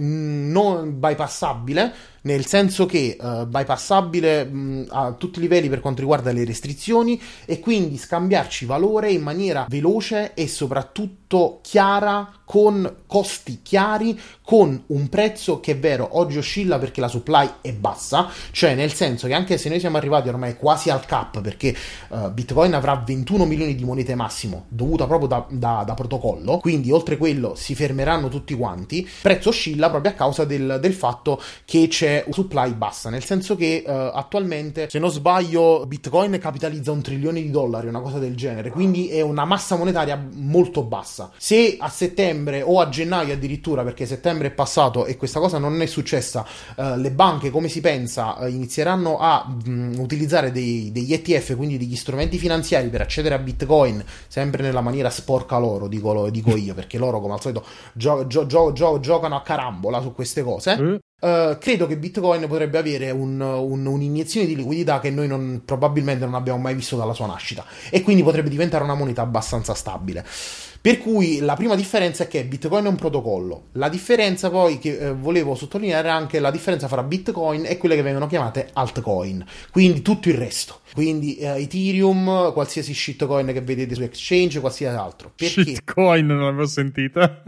non bypassabile, nel senso che uh, bypassabile mh, a tutti i livelli per quanto riguarda le restrizioni, e quindi scambiarci valore in maniera veloce e soprattutto chiara, con costi chiari, con un prezzo che è vero oggi oscilla perché la supply è bassa, cioè nel senso che anche se noi siamo arrivati ormai quasi al cap, perché uh, Bitcoin avrà ventuno milioni di monete massimo dovuta proprio da, da, da protocollo, quindi oltre quello si fermeranno tutti quanti, il prezzo oscilla proprio a causa del, del fatto che c'è supply bassa, nel senso che uh, attualmente, se non sbaglio, Bitcoin capitalizza un trilione di dollari, una cosa del genere, quindi è una massa monetaria molto bassa. Se a settembre o a gennaio addirittura, perché settembre è passato e questa cosa non è successa, uh, le banche, come si pensa, uh, inizieranno a mh, utilizzare dei, degli E T F, quindi degli strumenti finanziari per accedere a Bitcoin, sempre nella maniera sporca loro, dico, dico io, perché loro come al solito gio- gio- gio- gio- giocano a carambola su queste cose. Uh, credo che Bitcoin potrebbe avere un, un, un'iniezione di liquidità che noi non, probabilmente non abbiamo mai visto dalla sua nascita, e quindi potrebbe diventare una moneta abbastanza stabile. Per cui la prima differenza è che Bitcoin è un protocollo. La differenza poi che eh, volevo sottolineare è anche la differenza fra Bitcoin e quelle che vengono chiamate altcoin, quindi tutto il resto, quindi eh, Ethereum, qualsiasi shitcoin che vedete su exchange, qualsiasi altro. Perché? Shitcoin non l'avevo sentita.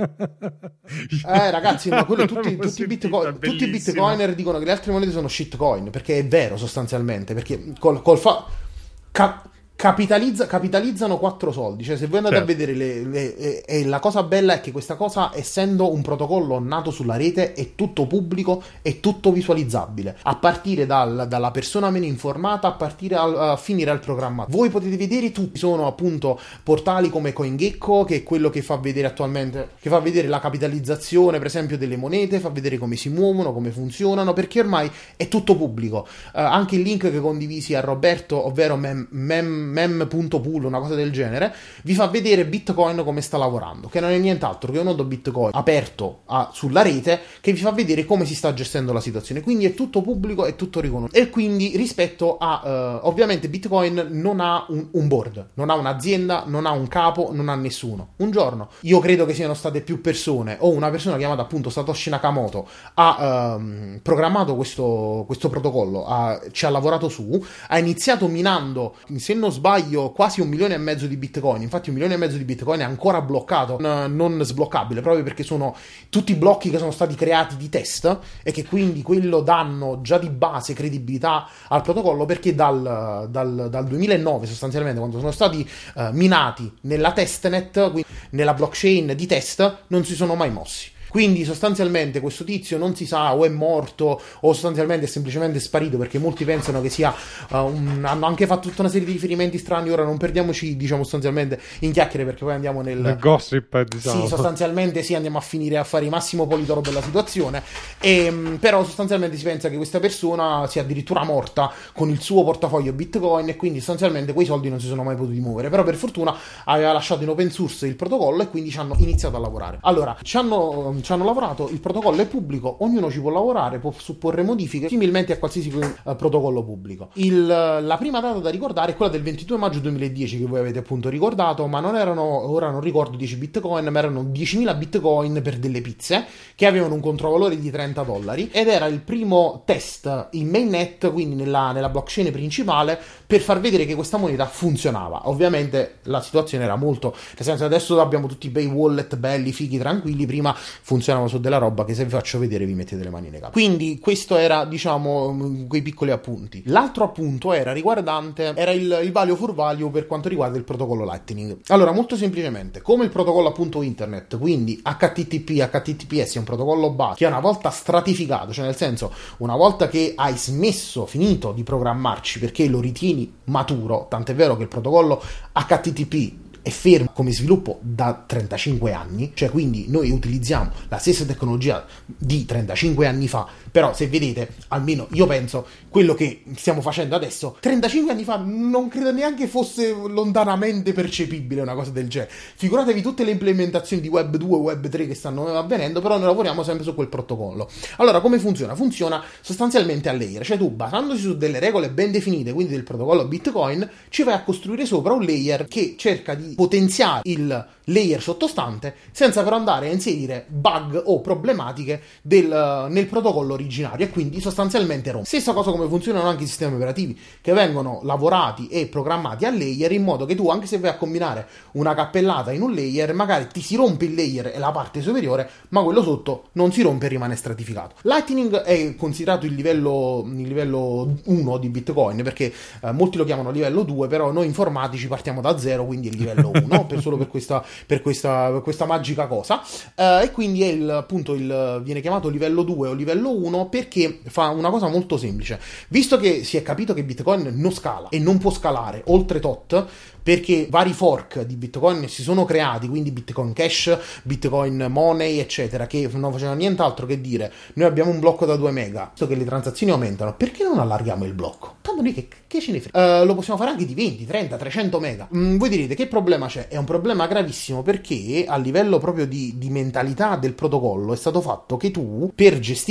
Eh ragazzi, ma quello tutti, tutti, Bitcoin, tutti i bitcoiner dicono che le altre monete sono shitcoin, perché è vero sostanzialmente, perché col, col fa... Ca- Capitalizza, capitalizzano quattro soldi, cioè se voi andate certo. a vedere le, le, e, e la cosa bella è che questa cosa, essendo un protocollo nato sulla rete, è tutto pubblico e tutto visualizzabile, a partire dal, dalla persona meno informata a partire al, a finire al programmatore. Voi potete vedere tutti, sono appunto portali come CoinGecko, che è quello che fa vedere attualmente, che fa vedere la capitalizzazione per esempio delle monete, fa vedere come si muovono, come funzionano, perché ormai è tutto pubblico. Uh, anche il link che condivisi a Roberto, ovvero mem, mem mem.pool, una cosa del genere, vi fa vedere Bitcoin come sta lavorando, che non è nient'altro che un nodo Bitcoin aperto a, sulla rete, che vi fa vedere come si sta gestendo la situazione, quindi è tutto pubblico e tutto riconosciuto. E quindi rispetto a uh, ovviamente Bitcoin non ha un, un board, non ha un'azienda, non ha un capo, non ha nessuno. Un giorno io credo che siano state più persone, o una persona chiamata appunto Satoshi Nakamoto ha um, programmato questo, questo protocollo, ha, ci ha lavorato su, ha iniziato minando, se non sbaglio, quasi un milione e mezzo di bitcoin. Infatti un milione e mezzo di bitcoin è ancora bloccato, non, non sbloccabile, proprio perché sono tutti blocchi che sono stati creati di test, e che quindi quello danno già di base credibilità al protocollo, perché dal, dal, dal duemilanove sostanzialmente, quando sono stati uh, minati nella testnet, quindi nella blockchain di test, non si sono mai mossi. Quindi sostanzialmente questo tizio non si sa, o è morto o sostanzialmente è semplicemente sparito, perché molti pensano che sia uh, un... hanno anche fatto tutta una serie di riferimenti strani. Ora non perdiamoci, diciamo, sostanzialmente in chiacchiere, perché poi andiamo nel il gossip, diciamo. Sì, sostanzialmente sì, andiamo a finire a fare il massimo politoro della situazione, e, però sostanzialmente si pensa che questa persona sia addirittura morta con il suo portafoglio Bitcoin, e quindi sostanzialmente quei soldi non si sono mai potuti muovere. Però per fortuna aveva lasciato in open source il protocollo, e quindi ci hanno iniziato a lavorare. Allora, ci hanno ci hanno lavorato, il protocollo è pubblico, ognuno ci può lavorare, può supporre modifiche similmente a qualsiasi uh, protocollo pubblico. Il, la prima data da ricordare è quella del ventidue maggio duemiladieci, che voi avete appunto ricordato, ma non erano, ora non ricordo dieci bitcoin, ma erano diecimila bitcoin per delle pizze che avevano un controvalore di trenta dollari, ed era il primo test in mainnet, quindi nella, nella blockchain principale, per far vedere che questa moneta funzionava. Ovviamente la situazione era molto, nel senso, adesso abbiamo tutti i bei wallet belli, fighi, tranquilli, prima funzionavano su della roba che, se vi faccio vedere, vi mettete le mani nei capelli. Quindi questo era, diciamo, quei piccoli appunti. L'altro appunto era riguardante, era il, il value for value per quanto riguarda il protocollo Lightning. Allora, molto semplicemente, come il protocollo appunto internet, quindi H T T P, H T T P S è un protocollo base che una volta stratificato, cioè nel senso, una volta che hai smesso, finito di programmarci perché lo ritieni maturo, tant'è vero che il protocollo H T T P è fermo come sviluppo da trentacinque anni, cioè quindi noi utilizziamo la stessa tecnologia di trentacinque anni fa, però se vedete, almeno io penso, quello che stiamo facendo adesso, trentacinque anni fa non credo neanche fosse lontanamente percepibile una cosa del genere. Figuratevi tutte le implementazioni di Web due, Web tre che stanno avvenendo, però noi lavoriamo sempre su quel protocollo. Allora, come funziona? Funziona sostanzialmente a layer, cioè tu, basandosi su delle regole ben definite, quindi del protocollo Bitcoin, ci vai a costruire sopra un layer che cerca di potenziare il layer sottostante senza però andare a inserire bug o problematiche del, nel protocollo originario, e quindi sostanzialmente rompe. Stessa cosa come funzionano anche i sistemi operativi, che vengono lavorati e programmati a layer, in modo che tu, anche se vai a combinare una cappellata in un layer, magari ti si rompe il layer e la parte superiore, ma quello sotto non si rompe e rimane stratificato. Lightning è considerato il livello, il livello uno di Bitcoin, perché eh, molti lo chiamano livello due, però noi informatici partiamo da zero, quindi è il livello uno, per solo per questa per questa, per questa magica cosa, uh, e quindi è il, appunto il, viene chiamato livello due o livello uno perché fa una cosa molto semplice. Visto che si è capito che Bitcoin non scala e non può scalare oltre tot, perché vari fork di Bitcoin si sono creati, quindi Bitcoin Cash, Bitcoin Money, eccetera, che non facevano nient'altro che dire: noi abbiamo un blocco da due mega, visto che le transazioni aumentano, perché non allarghiamo il blocco? Tanto noi che, che ce ne frega? Uh, lo possiamo fare anche di venti, trenta, trecento mega. Mm, voi direte, che problema c'è? È un problema gravissimo, perché a livello proprio di, di mentalità del protocollo è stato fatto che tu, per gestire un nodo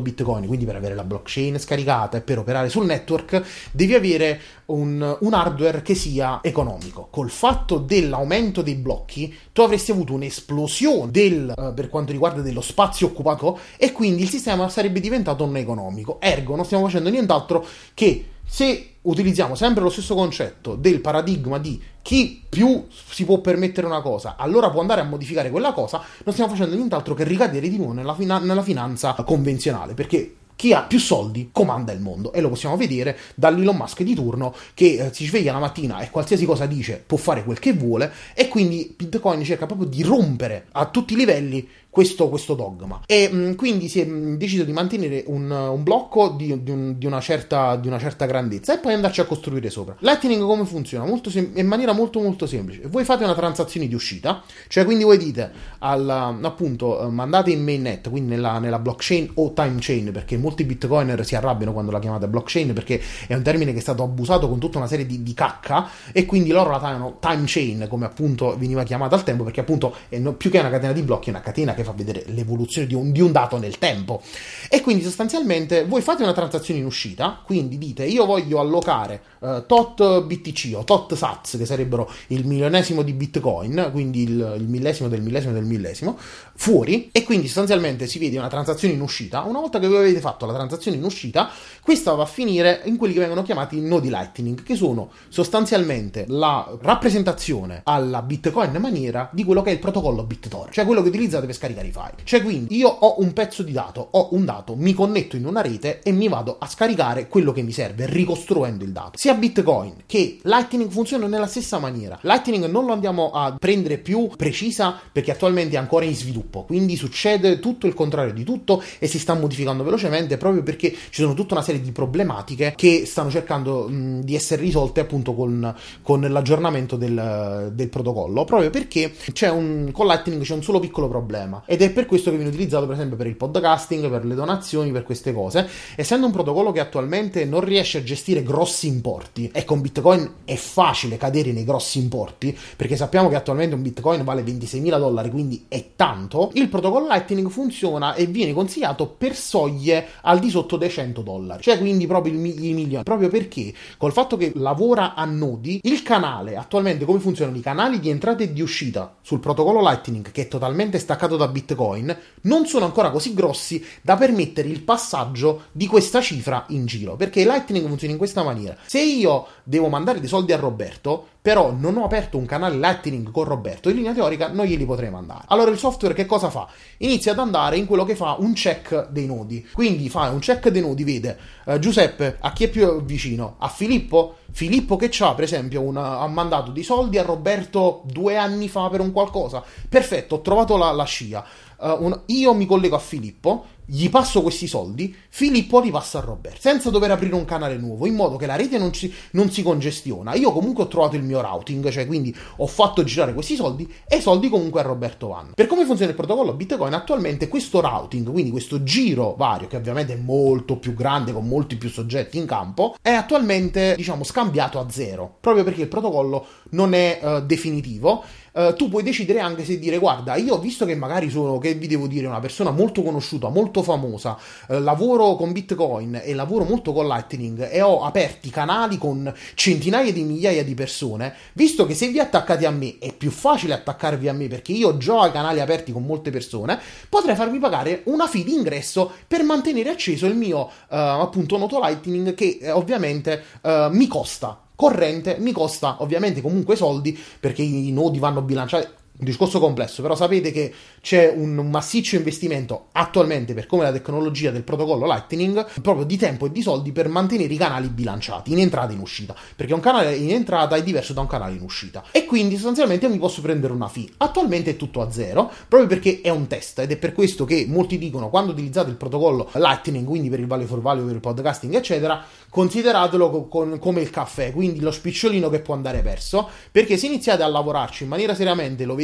Bitcoin, quindi per avere la blockchain scaricata e per operare sul network, devi avere un, un hardware che sia economico. Col fatto dell'aumento dei blocchi, tu avresti avuto un'esplosione del, uh, per quanto riguarda dello spazio occupato, e quindi il sistema sarebbe diventato non economico. Ergo, non stiamo facendo nient'altro che, se utilizziamo sempre lo stesso concetto del paradigma di chi più si può permettere una cosa, allora può andare a modificare quella cosa, non stiamo facendo nient'altro che ricadere di nuovo nella, fina- nella finanza convenzionale, perché chi ha più soldi comanda il mondo, e lo possiamo vedere dall'Elon Musk di turno, che eh, si sveglia la mattina e qualsiasi cosa dice può fare quel che vuole, e quindi Bitcoin cerca proprio di rompere a tutti i livelli questo, questo dogma, e mh, quindi si è mh, deciso di mantenere un, un blocco di, di, un, di, una certa, di una certa grandezza, e poi andarci a costruire sopra. Lightning come funziona? Molto sem- in maniera molto molto semplice. Voi fate una transazione di uscita, cioè quindi voi dite al, appunto, mandate in mainnet, quindi nella, nella blockchain o time chain, perché molti bitcoiner si arrabbiano quando la chiamate blockchain, perché è un termine che è stato abusato con tutta una serie di, di cacca, e quindi loro la chiamano time chain, come appunto veniva chiamata al tempo, perché appunto è no, più che una catena di blocchi, è una catena che fa vedere l'evoluzione di un, di un dato nel tempo. E quindi sostanzialmente voi fate una transazione in uscita, quindi dite io voglio allocare uh, tot B T C o tot sats, che sarebbero il milionesimo di Bitcoin, quindi il, il millesimo del millesimo del millesimo, fuori, e quindi sostanzialmente si vede una transazione in uscita. Una volta che voi avete fatto la transazione in uscita, questa va a finire in quelli che vengono chiamati nodi Lightning, che sono sostanzialmente la rappresentazione alla Bitcoin maniera di quello che è il protocollo BitTorrent, cioè quello che utilizzate per scaricare i file. Cioè quindi io ho un pezzo di dato, ho un dato, mi connetto in una rete e mi vado a scaricare quello che mi serve, ricostruendo il dato. Sia Bitcoin che Lightning funzionano nella stessa maniera. Lightning non lo andiamo a prendere più precisa perché attualmente è ancora in sviluppo, quindi succede tutto il contrario di tutto e si sta modificando velocemente, proprio perché ci sono tutta una serie di problematiche che stanno cercando mh, di essere risolte appunto con, con l'aggiornamento del, del protocollo, proprio perché c'è un, con Lightning c'è un solo piccolo problema, ed è per questo che viene utilizzato per esempio per il podcasting, per le donazioni, per queste cose, essendo un protocollo che attualmente non riesce a gestire grossi importi, e con Bitcoin è facile cadere nei grossi importi perché sappiamo che attualmente un Bitcoin vale ventiseimila dollari, quindi è tanto. Il protocollo Lightning funziona e viene consigliato per soglie al di sotto dei cento dollari, cioè quindi proprio i milioni, proprio perché col fatto che lavora a nodi, il canale attualmente, come funzionano i canali di entrata e di uscita sul protocollo Lightning, che è totalmente staccato da Bitcoin, non sono ancora così grossi da permettere il passaggio di questa cifra in giro, perché Lightning funziona in questa maniera: se io devo mandare dei soldi a Roberto, però non ho aperto un canale Lightning con Roberto, in linea teorica non glieli potrei mandare. Allora il software che cosa fa? Inizia ad andare in quello che fa un check dei nodi, quindi fa un check dei nodi, vede uh, Giuseppe a chi è più vicino, a Filippo, Filippo che c'ha per esempio una, ha mandato dei soldi a Roberto due anni fa per un qualcosa, perfetto, ho trovato la, la scia. Uh, un, io mi collego a Filippo, gli passo questi soldi, Filippo li passa a Roberto, senza dover aprire un canale nuovo, in modo che la rete non, ci, non si congestiona. Io comunque ho trovato il mio routing, cioè quindi ho fatto girare questi soldi e i soldi comunque a Roberto vanno. Per come funziona il protocollo Bitcoin attualmente, questo routing, quindi questo giro vario, che ovviamente è molto più grande con molti più soggetti in campo, è attualmente, diciamo, scambiato a zero, proprio perché il protocollo non è uh, definitivo. Uh, tu puoi decidere anche se dire: guarda, io ho visto che magari sono, che vi devo dire, una persona molto conosciuta, molto famosa, uh, lavoro con Bitcoin e lavoro molto con Lightning e ho aperti canali con centinaia di migliaia di persone, visto che se vi attaccate a me è più facile attaccarvi a me perché io ho già i canali aperti con molte persone, potrei farvi pagare una fee di ingresso per mantenere acceso il mio uh, appunto nodo Lightning, che eh, ovviamente uh, mi costa corrente, mi costa ovviamente comunque soldi, perché i nodi vanno bilanciati, un discorso complesso, però sapete che c'è un massiccio investimento attualmente, per come la tecnologia del protocollo Lightning, proprio di tempo e di soldi per mantenere i canali bilanciati in entrata e in uscita, perché un canale in entrata è diverso da un canale in uscita, e quindi sostanzialmente io mi posso prendere una fee. Attualmente è tutto a zero, proprio perché è un test, ed è per questo che molti dicono: quando utilizzate il protocollo Lightning, quindi per il value for value, per il podcasting eccetera, consideratelo con, come il caffè, quindi lo spicciolino che può andare perso, perché se iniziate a lavorarci in maniera seriamente, lo vedete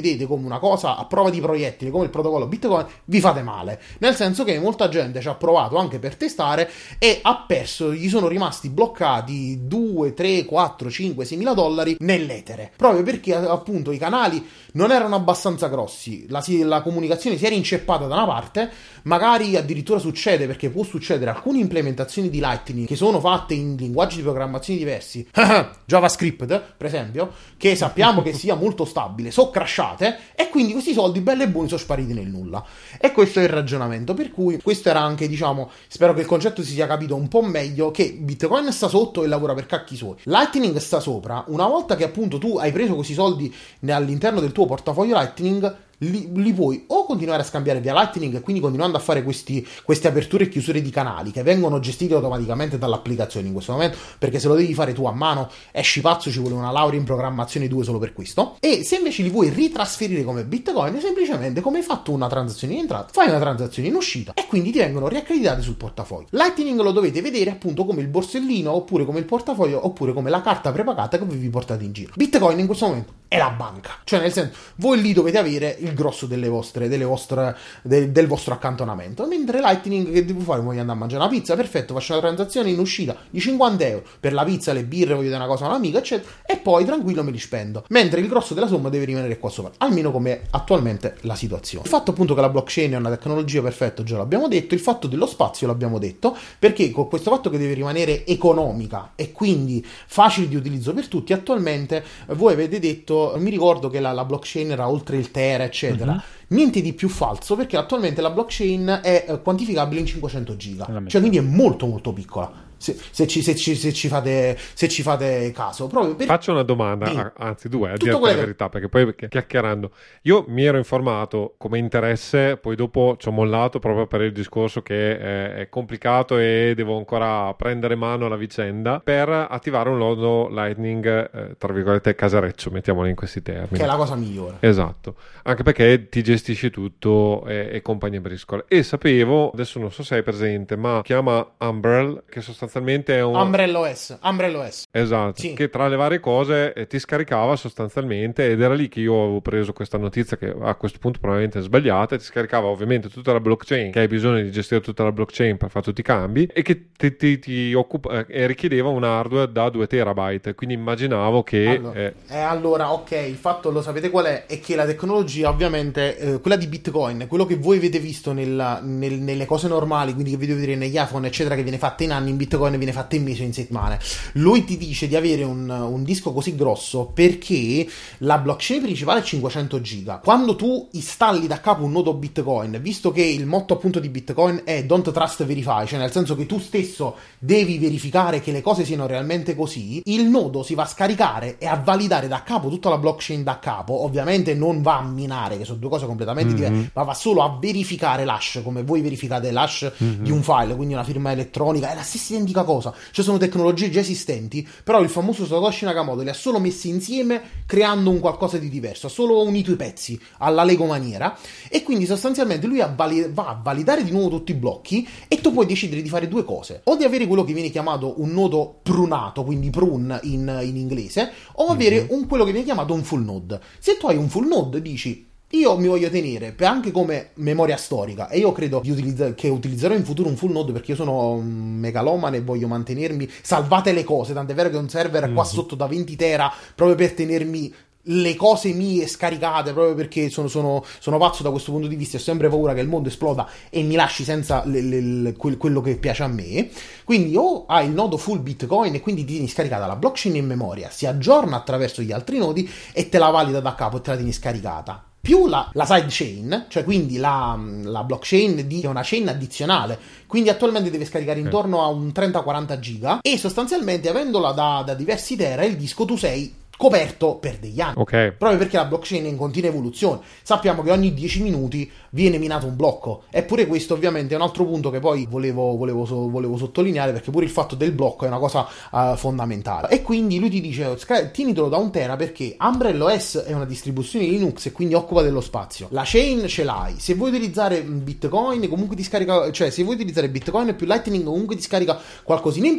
vedete come una cosa a prova di proiettili, come il protocollo Bitcoin, vi fate male, nel senso che molta gente ci ha provato anche per testare e ha perso, gli sono rimasti bloccati due, tre, quattro, cinque, sei mila dollari nell'etere, proprio perché appunto i canali non erano abbastanza grossi, la, la comunicazione si era inceppata da una parte, magari addirittura succede, perché può succedere, alcune implementazioni di Lightning che sono fatte in linguaggi di programmazione diversi, JavaScript per esempio, che sappiamo che sia molto stabile, sono crashate e quindi questi soldi belli e buoni sono spariti nel nulla. E questo è il ragionamento, per cui questo era anche, diciamo, spero che il concetto si sia capito un po' meglio, che Bitcoin sta sotto e lavora per cacchi suoi, Lightning sta sopra. Una volta che appunto tu hai preso questi soldi all'interno del tuo portafoglio Lightning, Li, li puoi o continuare a scambiare via Lightning, e quindi continuando a fare questi, queste aperture e chiusure di canali che vengono gestiti automaticamente dall'applicazione in questo momento, perché se lo devi fare tu a mano esci pazzo, ci vuole una laurea in programmazione due solo per questo. E se invece li vuoi ritrasferire come Bitcoin, semplicemente come hai fatto una transazione in entrata fai una transazione in uscita e quindi ti vengono riaccreditati sul portafoglio. Lightning lo dovete vedere appunto come il borsellino, oppure come il portafoglio, oppure come la carta prepagata che vi portate in giro. Bitcoin in questo momento è la banca, cioè nel senso, voi lì dovete avere il grosso delle vostre, delle vostre, de, del vostro accantonamento, mentre Lightning, che devo fare? Voglio andare a mangiare una pizza, perfetto, faccio una transazione in uscita di cinquanta euro per la pizza, le birre, voglio dare una cosa a un amico eccetera, e poi tranquillo me li spendo, mentre il grosso della somma deve rimanere qua sopra, almeno come è attualmente la situazione. Il fatto appunto che la blockchain è una tecnologia perfetta già l'abbiamo detto, il fatto dello spazio l'abbiamo detto, perché con questo fatto che deve rimanere economica e quindi facile di utilizzo per tutti, attualmente voi avete detto, mi ricordo che la, la blockchain era oltre il tera eccetera, mm-hmm. Niente di più falso, perché attualmente la blockchain è eh, quantificabile in cinquecento giga, cioè quindi è molto molto piccola. Se, se, ci, se, ci, se, ci fate, se ci fate caso, proprio per... Faccio una domanda, sì. Anzi due, a dirti la che... verità, perché poi chiacchierando io mi ero informato come interesse, poi dopo ci ho mollato proprio per il discorso che è, è complicato e devo ancora prendere mano alla vicenda per attivare un nodo Lightning, eh, tra virgolette casareccio, mettiamolo in questi termini, che è la cosa migliore. Esatto, anche perché ti gestisci tutto e, e compagnia briscola. E sapevo, adesso non so se hai presente, ma chiama Umbrel, che sostanzialmente è un Umbrel O S, Umbrel O S. Esatto, sì. Che tra le varie cose eh, ti scaricava sostanzialmente, ed era lì che io avevo preso questa notizia che a questo punto probabilmente è sbagliata, ti scaricava ovviamente tutta la blockchain, che hai bisogno di gestire tutta la blockchain per fare tutti i cambi, e che ti, ti, ti occupa, eh, richiedeva un hardware da due terabyte, quindi immaginavo che allora, eh... Eh, allora ok, il fatto lo sapete qual è? È che la tecnologia ovviamente eh, quella di Bitcoin, quello che voi avete visto nella, nel, nelle cose normali, quindi che vedete vedere negli iPhone eccetera, che viene fatta in anni, in Bitcoin viene fatta in mesi o in settimane. Lui ti dice di avere un, un disco così grosso perché la blockchain principale è cinquecento giga. Quando tu installi da capo un nodo Bitcoin, visto che il motto appunto di Bitcoin è don't trust verify, cioè nel senso che tu stesso devi verificare che le cose siano realmente così, il nodo si va a scaricare e a validare da capo tutta la blockchain da capo. Ovviamente non va a minare, che sono due cose completamente mm-hmm. diverse, ma va solo a verificare l'hash, come voi verificate l'hash mm-hmm. di un file, quindi una firma elettronica, è la stessa identica cosa. Cioè sono tecnologie già esistenti, però il famoso Satoshi Nakamoto le ha solo messe insieme creando un qualcosa di diverso, ha solo unito i pezzi alla Lego maniera, e quindi sostanzialmente lui avvali- va a validare di nuovo tutti i blocchi, e tu puoi decidere di fare due cose: o di avere quello che viene chiamato un nodo prunato, quindi prune in, in inglese, o avere mm-hmm. un, quello che viene chiamato un full node. Se tu hai un full node dici io mi voglio tenere per anche come memoria storica, e io credo di utilizza- che utilizzerò in futuro un full node, perché io sono un megalomane e voglio mantenermi salvate le cose, tant'è vero che ho un server mm-hmm. qua sotto da venti tera proprio per tenermi le cose mie scaricate, proprio perché sono, sono, sono pazzo da questo punto di vista, ho sempre paura che il mondo esploda e mi lasci senza le, le, le, quel, quello che piace a me. Quindi o hai il nodo full Bitcoin e quindi ti tieni scaricata la blockchain in memoria, si aggiorna attraverso gli altri nodi e te la valida da capo e te la tieni scaricata, più la, la sidechain, cioè quindi la, la blockchain di, è una chain addizionale, quindi attualmente deve scaricare intorno a un trenta quaranta giga, e sostanzialmente avendola da, da diversi tera il disco tu sei coperto per degli anni, okay. Proprio perché la blockchain è in continua evoluzione. Sappiamo che ogni dieci minuti viene minato un blocco, eppure questo ovviamente è un altro punto che poi volevo, volevo, volevo sottolineare, perché pure il fatto del blocco è una cosa uh, fondamentale. E quindi lui ti dice tienitelo da un tera, perché Umbrel O S è una distribuzione Linux e quindi occupa dello spazio, la chain ce l'hai, se vuoi utilizzare Bitcoin comunque ti scarica, cioè se vuoi utilizzare Bitcoin più Lightning comunque ti scarica qualcosina in più,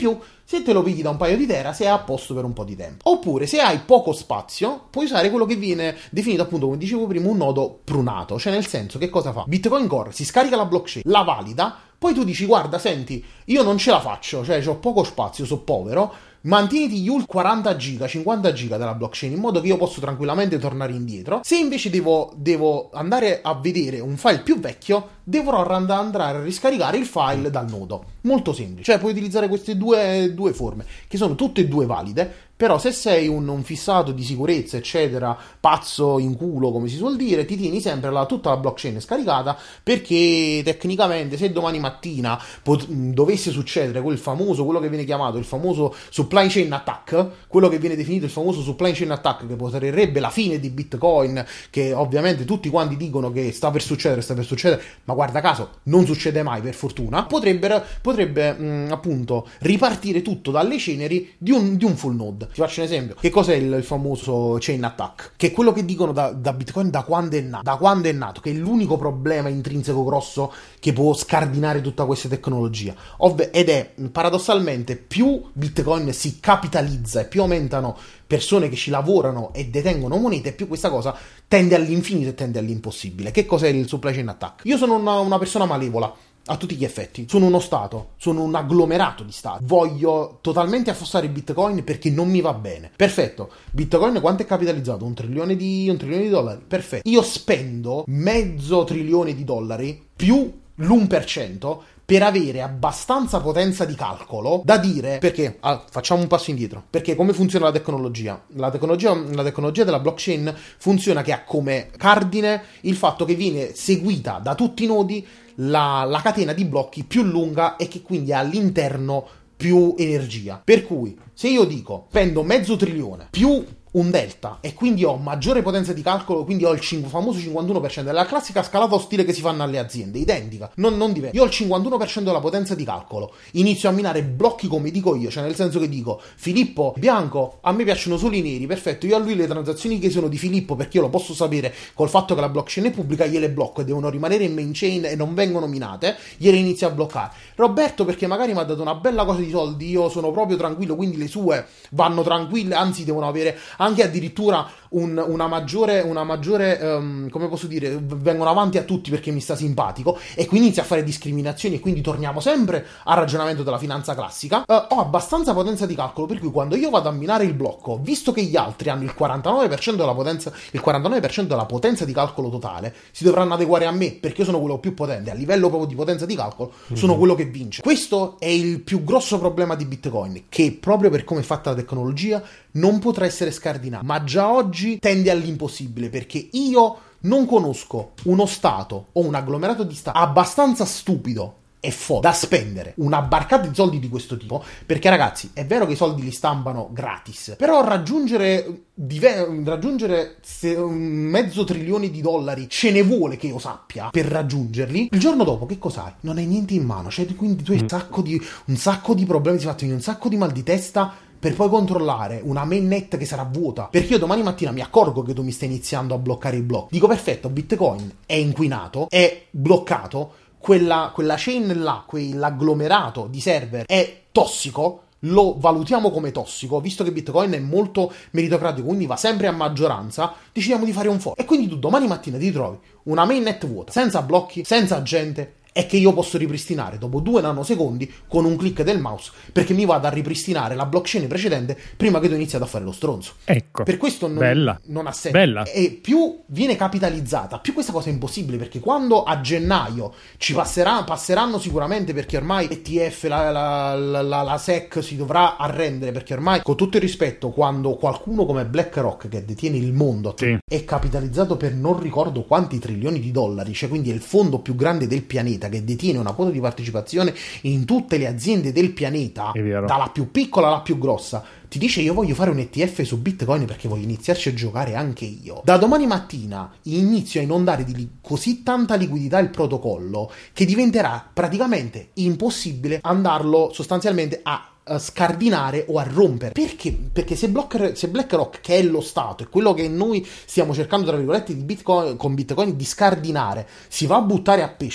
Se te lo pigli da un paio di tera, sei a posto per un po' di tempo. Oppure, se hai poco spazio, puoi usare quello che viene definito, appunto, come dicevo prima, un nodo prunato. Cioè, nel senso, che cosa fa? Bitcoin Core si scarica la blockchain, la valida, poi tu dici, guarda, senti, io non ce la faccio, cioè ho poco spazio, sono povero, mantieniti gli ultimi quaranta giga, cinquanta giga della blockchain, in modo che io posso tranquillamente tornare indietro. Se invece devo, devo andare a vedere un file più vecchio, dovrò andare a riscaricare il file dal nodo. Molto semplice. Cioè puoi utilizzare queste due, due forme, che sono tutte e due valide, però se sei un, un fissato di sicurezza, eccetera, pazzo in culo, come si suol dire, ti tieni sempre la, tutta la blockchain scaricata, perché tecnicamente se domani mattina pot- dovesse succedere quel famoso, quello che viene chiamato il famoso supply chain attack, quello che viene definito il famoso supply chain attack, che potrebbe la fine di Bitcoin, che ovviamente tutti quanti dicono che sta per succedere, sta per succedere, ma guarda caso non succede mai, per fortuna, potrebbe, potrebbe mh, appunto ripartire tutto dalle ceneri di un, di un full node. Ti faccio un esempio. Che cos'è il, il famoso chain attack? Che è quello che dicono da, da Bitcoin da quando è nato, da quando è nato, che è l'unico problema intrinseco grosso che può scardinare tutta questa tecnologia. Ovve, ed è, paradossalmente, più Bitcoin si capitalizza e più aumentano persone che ci lavorano e detengono monete, più questa cosa tende all'infinito e tende all'impossibile. Che cos'è il supply chain attack? Io sono una, una persona malevola a tutti gli effetti, sono uno stato, sono un agglomerato di stati, voglio totalmente affossare il Bitcoin perché non mi va bene. Perfetto, Bitcoin quanto è capitalizzato? Un trilione di, un trilione di dollari? Perfetto, io spendo mezzo trilione di dollari più l'uno per cento per avere abbastanza potenza di calcolo da dire, perché ah, facciamo un passo indietro, perché come funziona la tecnologia? La tecnologia, la tecnologia della blockchain funziona che ha come cardine il fatto che viene seguita da tutti i nodi la, la catena di blocchi più lunga e che quindi ha all'interno più energia. Per cui se io dico spendo mezzo trilione più un delta e quindi ho maggiore potenza di calcolo, quindi ho il cinque, famoso cinquantuno per cento, è la classica scalata ostile che si fanno alle aziende, identica, non, non diversa. Io ho il cinquantuno per cento della potenza di calcolo, inizio a minare blocchi come dico io, cioè nel senso che dico Filippo bianco, a me piacciono solo i neri, perfetto, io a lui le transazioni che sono di Filippo, perché io lo posso sapere col fatto che la blockchain è pubblica, gliele blocco e devono rimanere in main chain e non vengono minate, gliele inizio a bloccare. Roberto perché magari mi ha dato una bella cosa di soldi, io sono proprio tranquillo, quindi le sue vanno tranquille, anzi devono avere anche addirittura un, una maggiore, una maggiore um, come posso dire, vengono avanti a tutti perché mi sta simpatico, e quindi inizia a fare discriminazioni, e quindi torniamo sempre al ragionamento della finanza classica. Uh, ho abbastanza potenza di calcolo per cui quando io vado a minare il blocco, visto che gli altri hanno il quarantanove per cento della potenza, il quarantanove per cento della potenza di calcolo totale, si dovranno adeguare a me perché io sono quello più potente, a livello proprio di potenza di calcolo sono mm-hmm. quello che vince. Questo è il più grosso problema di Bitcoin, che proprio per come è fatta la tecnologia non potrà essere scardinato, ma già oggi tende all'impossibile, perché io non conosco uno stato o un agglomerato di stati abbastanza stupido e fo da spendere una barcata di soldi di questo tipo, perché ragazzi è vero che i soldi li stampano gratis, però raggiungere dive- raggiungere se, um, mezzo trilione di dollari ce ne vuole che io sappia per raggiungerli. Il giorno dopo che cos'hai? Non hai niente in mano, cioè quindi tu hai un sacco di, un sacco di problemi, ti fatti un sacco di mal di testa per poi controllare una mainnet che sarà vuota, perché io domani mattina mi accorgo che tu mi stai iniziando a bloccare il blocco, dico perfetto, Bitcoin è inquinato, è bloccato, quella, quella chain là, quell'agglomerato di server è tossico, lo valutiamo come tossico, visto che Bitcoin è molto meritocratico, quindi va sempre a maggioranza, decidiamo di fare un fork, e quindi tu domani mattina ti trovi una mainnet vuota, senza blocchi, senza gente, è che io posso ripristinare dopo due nanosecondi con un click del mouse, perché mi vado a ripristinare la blockchain precedente prima che tu iniziato a fare lo stronzo. Ecco. Per questo non, Bella. non ha senso. Bella. E più viene capitalizzata, più questa cosa è impossibile, perché quando a gennaio ci passerà, passeranno sicuramente, perché ormai l'E T F, la, la, la, la, la S E C si dovrà arrendere, perché ormai, con tutto il rispetto, quando qualcuno come BlackRock, che detiene il mondo, sì, è capitalizzato per non ricordo quanti trilioni di dollari, cioè quindi è il fondo più grande del pianeta, che detiene una quota di partecipazione in tutte le aziende del pianeta, dalla più piccola alla più grossa, ti dice io voglio fare un E T F su Bitcoin perché voglio iniziarci a giocare anche io. Da domani mattina inizio a inondare di li- così tanta liquidità il protocollo che diventerà praticamente impossibile andarlo sostanzialmente a scardinare o a rompere. Perché? Perché se, Block, se BlackRock, che è lo Stato, è quello che noi stiamo cercando tra virgolette di Bitcoin, con Bitcoin di scardinare, si va a buttare a pesce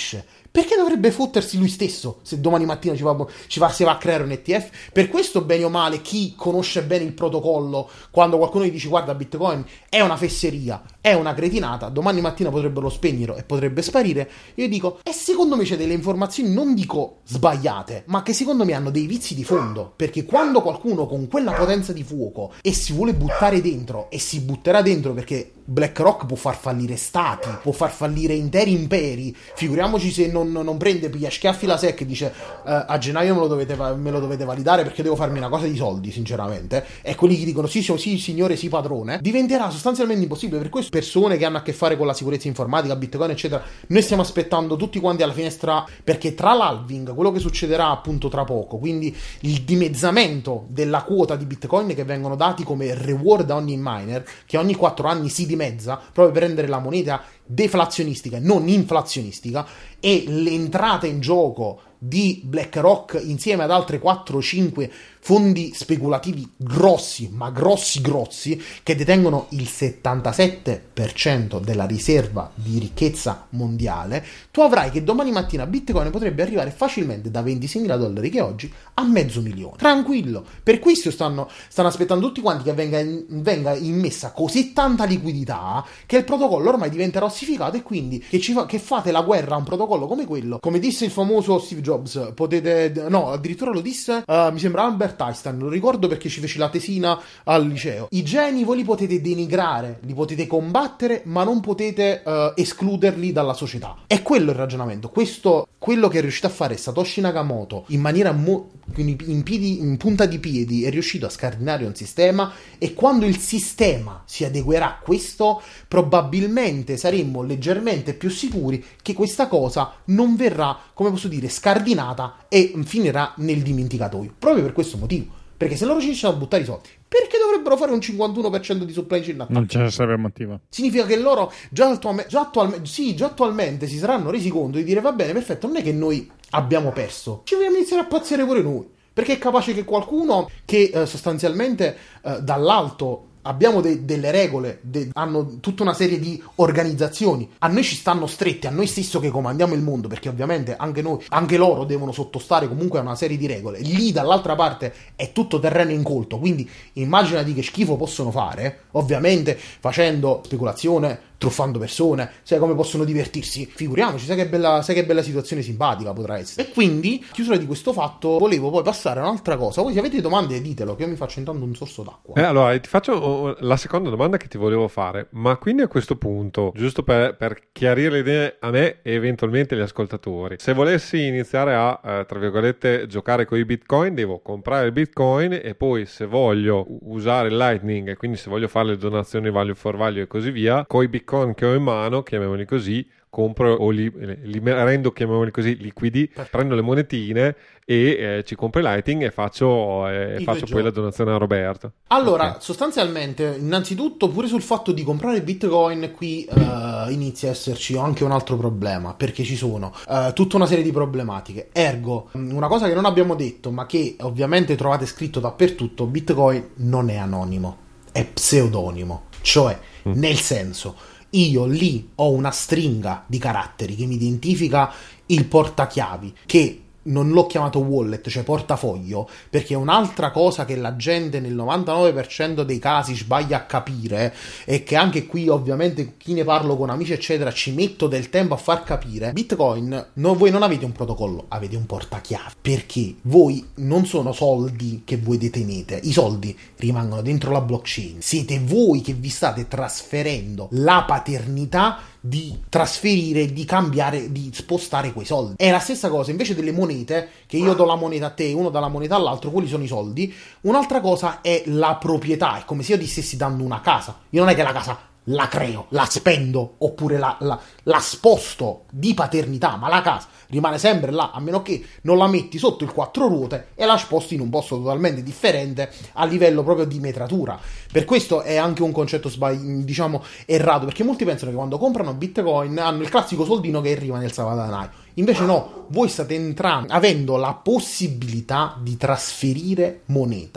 perché dovrebbe fottersi lui stesso se domani mattina ci va, ci va, si va a creare un E T F? Per questo, bene o male, chi conosce bene il protocollo, quando qualcuno gli dice guarda Bitcoin è una fesseria, è una cretinata, domani mattina potrebbero spegnere e potrebbe sparire, io dico, e secondo me c'è delle informazioni, non dico sbagliate, ma che secondo me hanno dei vizi di fondo, perché quando qualcuno con quella potenza di fuoco e si vuole buttare dentro, e si butterà dentro perché BlackRock può far fallire stati, può far fallire interi imperi, figuriamoci se non, non prende, piglia schiaffi la S E C e dice eh, a gennaio me lo, dovete, me lo dovete validare perché devo farmi una cosa di soldi, sinceramente, e quelli che dicono sì, sì, sì signore, sì padrone, diventerà sostanzialmente impossibile. Per questo persone che hanno a che fare con la sicurezza informatica, Bitcoin eccetera, noi stiamo aspettando tutti quanti alla finestra, perché tra l'halving, quello che succederà appunto tra poco, quindi il dimezzamento della quota di Bitcoin che vengono dati come reward a ogni miner, che ogni quattro anni si dimezza proprio per rendere la moneta deflazionistica e non inflazionistica, e l'entrata in gioco di BlackRock insieme ad altre quattro o cinque fondi speculativi grossi, ma grossi grossi, che detengono il settantasette per cento della riserva di ricchezza mondiale, tu avrai che domani mattina Bitcoin potrebbe arrivare facilmente da ventiseimila dollari che oggi a mezzo milione. Tranquillo. Per questo stanno, stanno aspettando tutti quanti che venga, in, venga immessa così tanta liquidità che il protocollo ormai diventerà ossificato, e quindi che, ci fa, che fate la guerra a un protocollo come quello. Come disse il famoso Steve Jobs, potete, no, addirittura lo disse, uh, mi sembra Albert Einstein, lo ricordo perché ci feci la tesina al liceo. I geni voi li potete denigrare, li potete combattere, ma non potete uh, escluderli dalla società. È quello il ragionamento. Questo, quello che è riuscito a fare Satoshi Nakamoto in maniera mo- in, piedi, in punta di piedi, è riuscito a scardinare un sistema, e quando il sistema si adeguerà a questo, probabilmente saremmo leggermente più sicuri che questa cosa non verrà, come posso dire, scardinata e finirà nel dimenticatoio. Proprio per questo motivo. Perché se loro ci riescono a buttare i soldi, perché dovrebbero fare un cinquantuno per cento di supply chain attack? Non ce ne sarebbe motivo. Significa che loro già, attualme, già, attualmente, sì, già attualmente si saranno resi conto di dire va bene, perfetto, non è che noi abbiamo perso, ci vogliamo iniziare a pazziare pure noi. Perché è capace che qualcuno che eh, sostanzialmente eh, dall'alto abbiamo de- delle regole, de- hanno tutta una serie di organizzazioni, a noi ci stanno stretti, a noi stesso che comandiamo il mondo, perché ovviamente anche noi, anche loro devono sottostare comunque a una serie di regole. Lì dall'altra parte è tutto terreno incolto, quindi immaginati che schifo possono fare, ovviamente facendo speculazione, truffando persone, sai come possono divertirsi, figuriamoci, sai che bella, sai che bella situazione simpatica potrà essere. E quindi, chiusura di questo fatto, volevo poi passare a un'altra cosa. Voi se avete domande ditelo, che io mi faccio intanto un sorso d'acqua. Eh, allora, ti faccio la seconda domanda che ti volevo fare, ma quindi a questo punto, giusto per, per chiarire le idee a me e eventualmente agli ascoltatori, se volessi iniziare a, eh, tra virgolette, giocare con i bitcoin, devo comprare il bitcoin e poi se voglio usare il Lightning, e quindi se voglio fare le donazioni value for value e così via, con i bitcoin che ho in mano, chiamiamoli così, compro o li, li rendo, chiamiamoli così, liquidi, prendo le monetine e eh, ci compro il Lightning e faccio, eh, faccio poi la donazione a Roberto. Allora, okay. Sostanzialmente, innanzitutto, pure sul fatto di comprare Bitcoin qui uh, inizia a esserci anche un altro problema, perché ci sono uh, tutta una serie di problematiche. Ergo, una cosa che non abbiamo detto, ma che ovviamente trovate scritto dappertutto, Bitcoin non è anonimo, è pseudonimo, cioè mm. nel senso, io lì ho una stringa di caratteri che mi identifica il portachiavi, che non l'ho chiamato wallet, cioè portafoglio, perché è un'altra cosa che la gente nel novantanove per cento dei casi sbaglia a capire, e che anche qui ovviamente chi ne parlo con amici eccetera ci metto del tempo a far capire. Bitcoin, no, voi non avete un protocollo, avete un portachiavi, perché voi non sono soldi che voi detenete, i soldi rimangono dentro la blockchain, siete voi che vi state trasferendo la paternità di trasferire, di cambiare, di spostare quei soldi. È la stessa cosa, invece delle monete, che io do la moneta a te, uno dà la moneta all'altro, quelli sono i soldi. Un'altra cosa è la proprietà, è come se io ti stessi dando una casa. Io non è che la casa la creo, la spendo, oppure la, la, la sposto di paternità, ma la casa rimane sempre là, a meno che non la metti sotto il quattro ruote e la sposti in un posto totalmente differente a livello proprio di metratura. Per questo è anche un concetto sbagli- diciamo errato, perché molti pensano che quando comprano Bitcoin hanno il classico soldino che arriva nel salvadanaio. Invece no, voi state entrando avendo la possibilità di trasferire moneta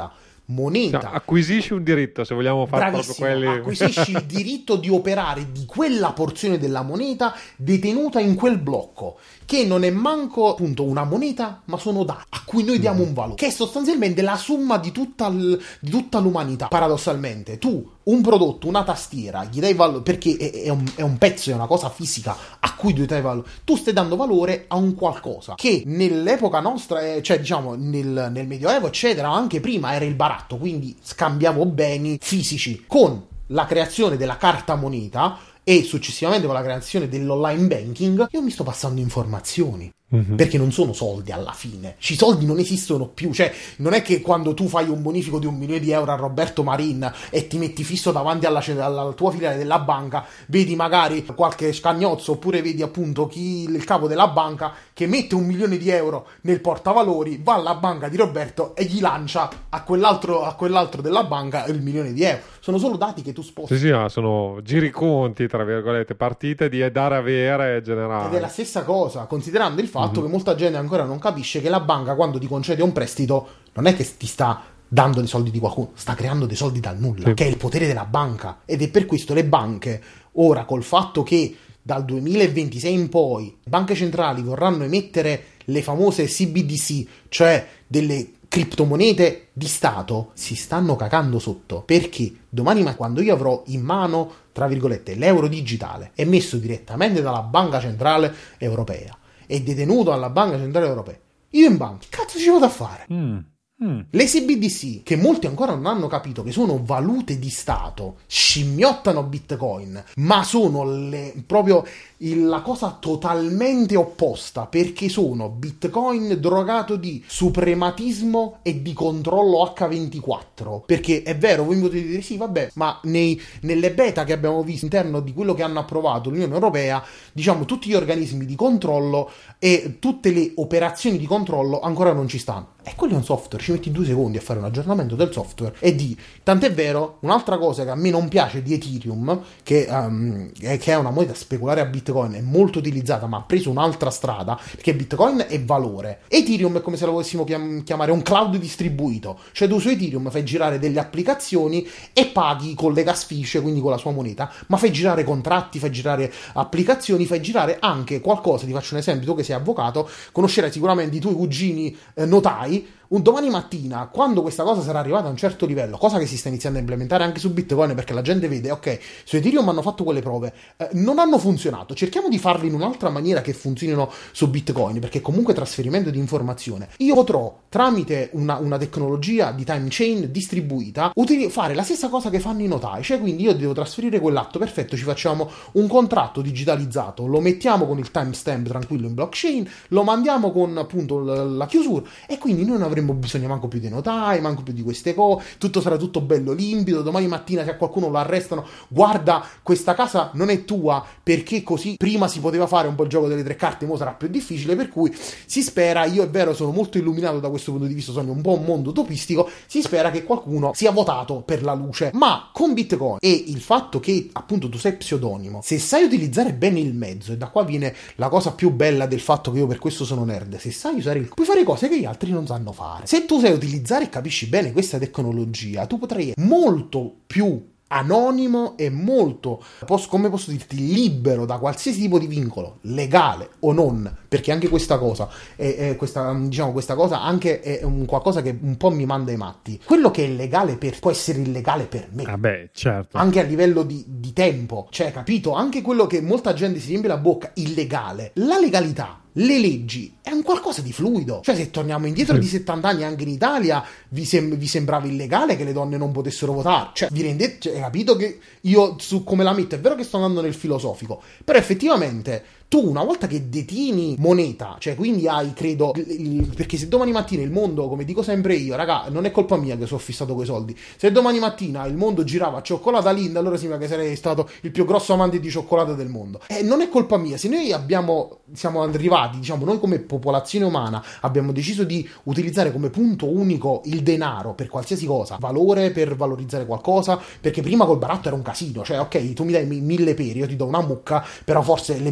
moneta. Cioè, acquisisci un diritto, se vogliamo fare Bravissimo, proprio quelli... acquisisci il diritto di operare di quella porzione della moneta detenuta in quel blocco, che non è manco appunto una moneta, ma sono dati a cui noi diamo un valore, che è sostanzialmente la somma di tutta, l- di tutta l'umanità. Paradossalmente, tu un prodotto, una tastiera, gli dai valore perché è, è, un, è un pezzo, è una cosa fisica a cui tu dai valore. Tu stai dando valore a un qualcosa che nell'epoca nostra, eh, cioè diciamo nel, nel Medioevo, eccetera, anche prima era il baratto, quindi scambiavo beni fisici. Con la creazione della carta moneta e successivamente con la creazione dell'online banking, io mi sto passando informazioni. Mm-hmm. Perché non sono soldi alla fine. I soldi non esistono più. Cioè, non è che quando tu fai un bonifico di un milione di euro a Roberto Marin e ti metti fisso davanti alla, alla tua filiale della banca, vedi magari qualche scagnozzo, oppure vedi appunto chi il capo della banca che mette un milione di euro nel portavalori, va alla banca di Roberto e gli lancia a quell'altro, a quell'altro della banca il milione di euro. Sono solo dati che tu sposti. Sì, sì, no, sono giriconti, tra virgolette, partite di dare avere generale. Ed è la stessa cosa, considerando il fatto mm-hmm. che molta gente ancora non capisce che la banca, quando ti concede un prestito, non è che ti sta dando dei soldi di qualcuno, sta creando dei soldi dal nulla, sì. Che è il potere della banca. Ed è per questo le banche, ora col fatto che dal duemilaventisei in poi le banche centrali vorranno emettere le famose C B D C, cioè delle criptomonete di Stato, si stanno cacando sotto, perché domani ma quando io avrò in mano, tra virgolette, l'euro digitale emesso direttamente dalla Banca Centrale Europea e detenuto dalla Banca Centrale Europea, io in banca, che cazzo ci vado a fare? Mm. Mm. Le C B D C, che molti ancora non hanno capito che sono valute di Stato, scimmiottano Bitcoin, ma sono le, proprio il, la cosa totalmente opposta, perché sono Bitcoin drogato di suprematismo e di controllo acca ventiquattro. Perché è vero, voi mi potete dire sì, vabbè, ma nei, nelle beta che abbiamo visto all'interno di quello che hanno approvato l'Unione Europea, diciamo tutti gli organismi di controllo e tutte le operazioni di controllo ancora non ci stanno. E quello è un software, ci metti due secondi a fare un aggiornamento del software e di... Tant'è vero, un'altra cosa che a me non piace di Ethereum, che, um, è, che è una moneta speculare a Bitcoin, è molto utilizzata ma ha preso un'altra strada, perché Bitcoin è valore. Ethereum è come se lo volessimo chiam- chiamare un cloud distribuito, cioè tu su Ethereum fai girare delle applicazioni e paghi con le gas fees, quindi con la sua moneta, ma fai girare contratti, fai girare applicazioni, fai girare anche qualcosa. Ti faccio un esempio, tu che sei avvocato, conoscerai sicuramente i tuoi cugini eh, notai. Un domani mattina, quando questa cosa sarà arrivata a un certo livello, cosa che si sta iniziando a implementare anche su Bitcoin, perché la gente vede, ok, su Ethereum hanno fatto quelle prove, eh, non hanno funzionato, cerchiamo di farle in un'altra maniera che funzionino su Bitcoin, perché comunque trasferimento di informazione. Io potrò, tramite una, una tecnologia di time chain distribuita, util- fare la stessa cosa che fanno i notai, cioè quindi io devo trasferire quell'atto, perfetto, ci facciamo un contratto digitalizzato, lo mettiamo con il timestamp tranquillo in blockchain, lo mandiamo con appunto l- la chiusura, e quindi noi non avremo bisogno manco più dei notai, manco più di queste cose, tutto sarà tutto bello limpido. Domani mattina se a qualcuno lo arrestano, guarda, questa casa non è tua, perché così prima si poteva fare un po' il gioco delle tre carte, mo sarà più difficile, per cui si spera, io è vero sono molto illuminato da questo punto di vista, sogno un po' un mondo utopistico, si spera che qualcuno sia votato per la luce. Ma con Bitcoin e il fatto che appunto tu sei pseudonimo, se sai utilizzare bene il mezzo, e da qua viene la cosa più bella del fatto che io per questo sono nerd, se sai usare il... puoi fare cose che gli altri non sanno fare. Se tu sai utilizzare e capisci bene questa tecnologia, tu potrai molto più anonimo e molto, posso, come posso dirti, libero da qualsiasi tipo di vincolo, legale o non, perché anche questa cosa è, è questa, diciamo, questa cosa anche è un qualcosa che un po' mi manda ai matti. Quello che è legale per può essere illegale per me. Ah beh, certo. Anche a livello di, di tempo, cioè, capito? Anche quello che molta gente si riempie la bocca, illegale. La legalità, le leggi, è un qualcosa di fluido. Cioè, se torniamo indietro sì. di settanta anni, anche in Italia vi, sem- vi sembrava illegale che le donne non potessero votare. Cioè, vi rendete, cioè, capito che io su come la metto, è vero che sto andando nel filosofico, però effettivamente tu una volta che detieni moneta, cioè quindi hai, credo, il, perché se domani mattina il mondo, come dico sempre io, raga, non è colpa mia che sono fissato coi soldi, se domani mattina il mondo girava a cioccolata Lindt, allora sembra che sarei stato il più grosso amante di cioccolata del mondo, e eh, non è colpa mia. Se noi abbiamo, siamo arrivati, diciamo, noi come popolazione umana abbiamo deciso di utilizzare come punto unico il denaro per qualsiasi cosa, valore per valorizzare qualcosa, perché prima col baratto era un casino, cioè ok, tu mi dai mille pere, io ti do una mucca, però forse le mille pere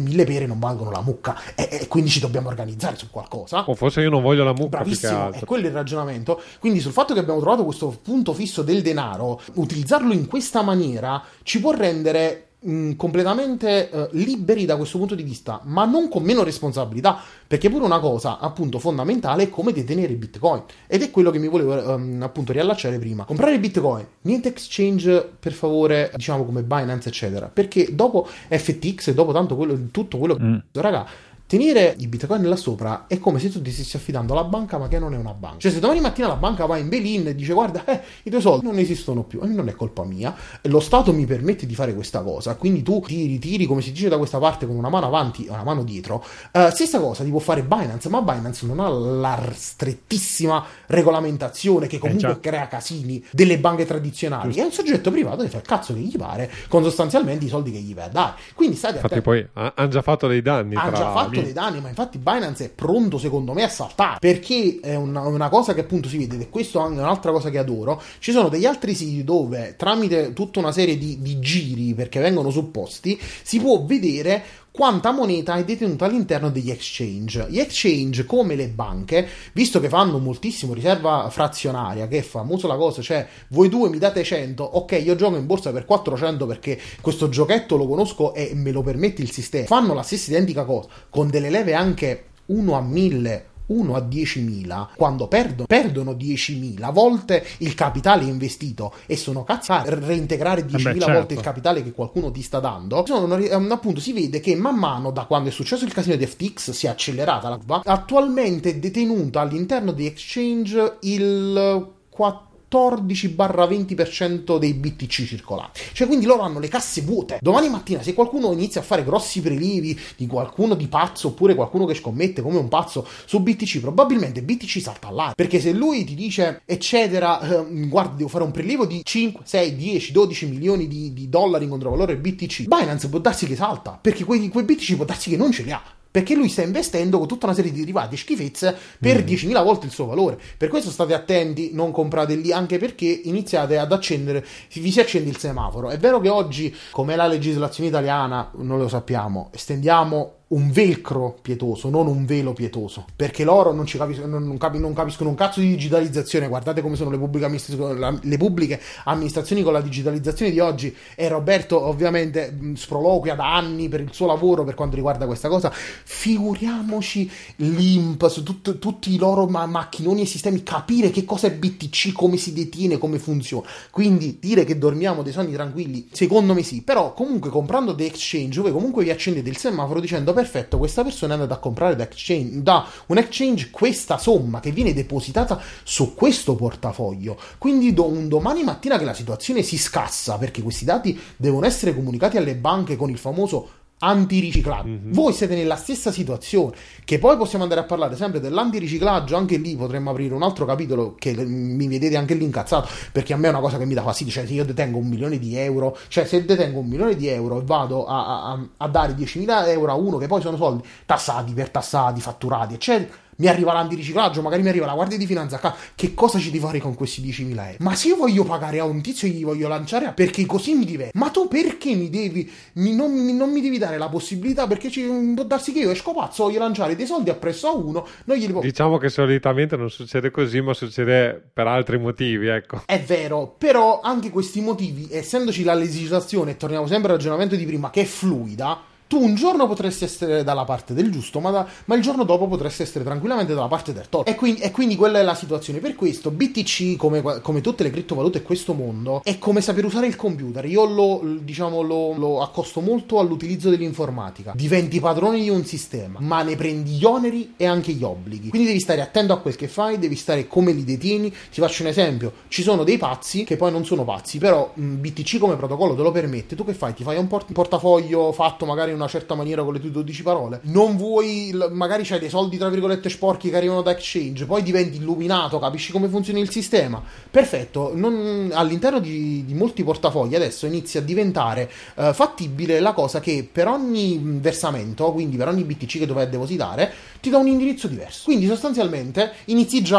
vere non valgono la mucca e, e quindi ci dobbiamo organizzare su qualcosa. O forse io non voglio la mucca. Bravissimo, è quello il ragionamento. Quindi sul fatto che abbiamo trovato questo punto fisso del denaro, utilizzarlo in questa maniera ci può rendere mh, completamente uh, liberi da questo punto di vista, ma non con meno responsabilità, perché pure una cosa appunto fondamentale è come detenere Bitcoin, ed è quello che mi volevo um, appunto riallacciare prima. Comprare Bitcoin, niente exchange per favore, diciamo come Binance eccetera, perché dopo F T X e dopo tanto quello, tutto quello mm. raga, tenere i bitcoin là sopra è come se tu ti stessi affidando alla banca, ma che non è una banca. Cioè, se domani mattina la banca va in bail-in e dice guarda, eh, i tuoi soldi non esistono più, e non è colpa mia, lo Stato mi permette di fare questa cosa, quindi tu ti ritiri, come si dice da questa parte, con una mano avanti e una mano dietro. Uh, stessa cosa ti può fare Binance, ma Binance non ha la strettissima regolamentazione che comunque eh, certo. crea casini delle banche tradizionali. Giusto. È un soggetto privato che fa il cazzo che gli pare con sostanzialmente i soldi che gli vai a dare. Quindi state attenti. Infatti poi hanno già fatto dei danni. Hanno già fatto dei danni, ma infatti Binance è pronto secondo me a saltare, perché è una, una cosa che appunto si vede, ed è questo anche un'altra cosa che adoro. Ci sono degli altri siti dove tramite tutta una serie di, di giri, perché vengono supposti, si può vedere quanta moneta è detenuta all'interno degli exchange. Gli exchange, come le banche, visto che fanno moltissimo riserva frazionaria, che è famosa la cosa, cioè voi due mi date cento, ok, io gioco in borsa per quattrocento perché questo giochetto lo conosco e me lo permette il sistema. Fanno la stessa identica cosa, con delle leve anche uno a mille, uno a diecimila, quando perdono, perdono diecimila volte il capitale investito e sono cazzati reintegrare diecimila eh certo. volte il capitale che qualcuno ti sta dando. Sono, appunto, si vede che man mano, da quando è successo il casino di F T X, si è accelerata la curva. Attualmente è detenuta all'interno di exchange il quattordici venti per cento dei B T C circolanti, cioè quindi loro hanno le casse vuote. Domani mattina se qualcuno inizia a fare grossi prelievi di qualcuno di pazzo, oppure qualcuno che scommette come un pazzo su B T C, probabilmente B T C salta all'aria, perché se lui ti dice eccetera, eh, guarda, devo fare un prelievo di cinque, sei, dieci, dodici milioni di, di dollari in controvalore B T C, Binance può darsi che salta, perché quei, quei B T C può darsi che non ce li ha, perché lui sta investendo con tutta una serie di derivati e schifezze per mm. diecimila volte il suo valore. Per questo state attenti, non comprate lì, anche perché iniziate ad accendere, vi si accende il semaforo. È vero che oggi, come la legislazione italiana, non lo sappiamo, estendiamo un velcro pietoso, non un velo pietoso, perché loro non ci capiscono, non, non, capi, non capiscono un cazzo di digitalizzazione. Guardate come sono le pubbliche amministrazioni, le pubbliche amministrazioni con la digitalizzazione di oggi, e Roberto ovviamente sproloquia da anni per il suo lavoro per quanto riguarda questa cosa. Figuriamoci l'I N P S, tut, tutti i loro ma- macchinoni e sistemi, capire che cosa è B T C, come si detiene, come funziona. Quindi dire che dormiamo dei sonni tranquilli, secondo me sì, però comunque comprando The Exchange, dove comunque vi accendete il semaforo dicendo perfetto, questa persona è andata a comprare da, exchange, da un exchange questa somma che viene depositata su questo portafoglio, quindi do, un domani mattina che la situazione si scassa, perché questi dati devono essere comunicati alle banche con il famoso antiriciclaggio. Mm-hmm. Voi siete nella stessa situazione, che poi possiamo andare a parlare sempre dell'antiriciclaggio, anche lì potremmo aprire un altro capitolo, che mi vedete anche lì incazzato, perché a me è una cosa che mi dà fastidio. Cioè, se io detengo un milione di euro, cioè se detengo un milione di euro e vado a, a, a dare diecimila euro a uno, che poi sono soldi tassati, pertassati, fatturati eccetera, mi arriva l'antiriciclaggio, magari mi arriva la Guardia di Finanza a che cosa ci devi fare con questi diecimila euro? Ma se io voglio pagare a un tizio e gli voglio lanciare, perché così mi diverto, ma tu perché mi devi mi, non, mi, non mi devi dare la possibilità, perché ci, può darsi che io esco pazzo, voglio lanciare dei soldi appresso a uno, non glieli posso... Diciamo che solitamente non succede così, ma succede per altri motivi, ecco. È vero, però anche questi motivi, essendoci la legislazione, torniamo sempre al ragionamento di prima, che è fluida, tu un giorno potresti essere dalla parte del giusto, ma, da, ma il giorno dopo potresti essere tranquillamente dalla parte del torto. E quindi, e quindi quella è la situazione. Per questo B T C, come, come tutte le criptovalute e questo mondo, è come saper usare il computer. Io lo, diciamo, lo, lo accosto molto all'utilizzo dell'informatica. Diventi padrone di un sistema, ma ne prendi gli oneri e anche gli obblighi. Quindi devi stare attento a quel che fai, devi stare come li detieni. Ti faccio un esempio. Ci sono dei pazzi che poi non sono pazzi, però mh, B T C come protocollo te lo permette. Tu che fai? Ti fai un port- portafoglio fatto magari in una certa maniera con le tue dodici parole, non vuoi, magari c'hai dei soldi tra virgolette sporchi che arrivano da exchange, poi diventi illuminato, capisci come funziona il sistema, perfetto. Non, all'interno di, di molti portafogli adesso inizia a diventare uh, fattibile la cosa che per ogni versamento, quindi per ogni B T C che dovrai depositare, ti dà un indirizzo diverso, quindi sostanzialmente inizi già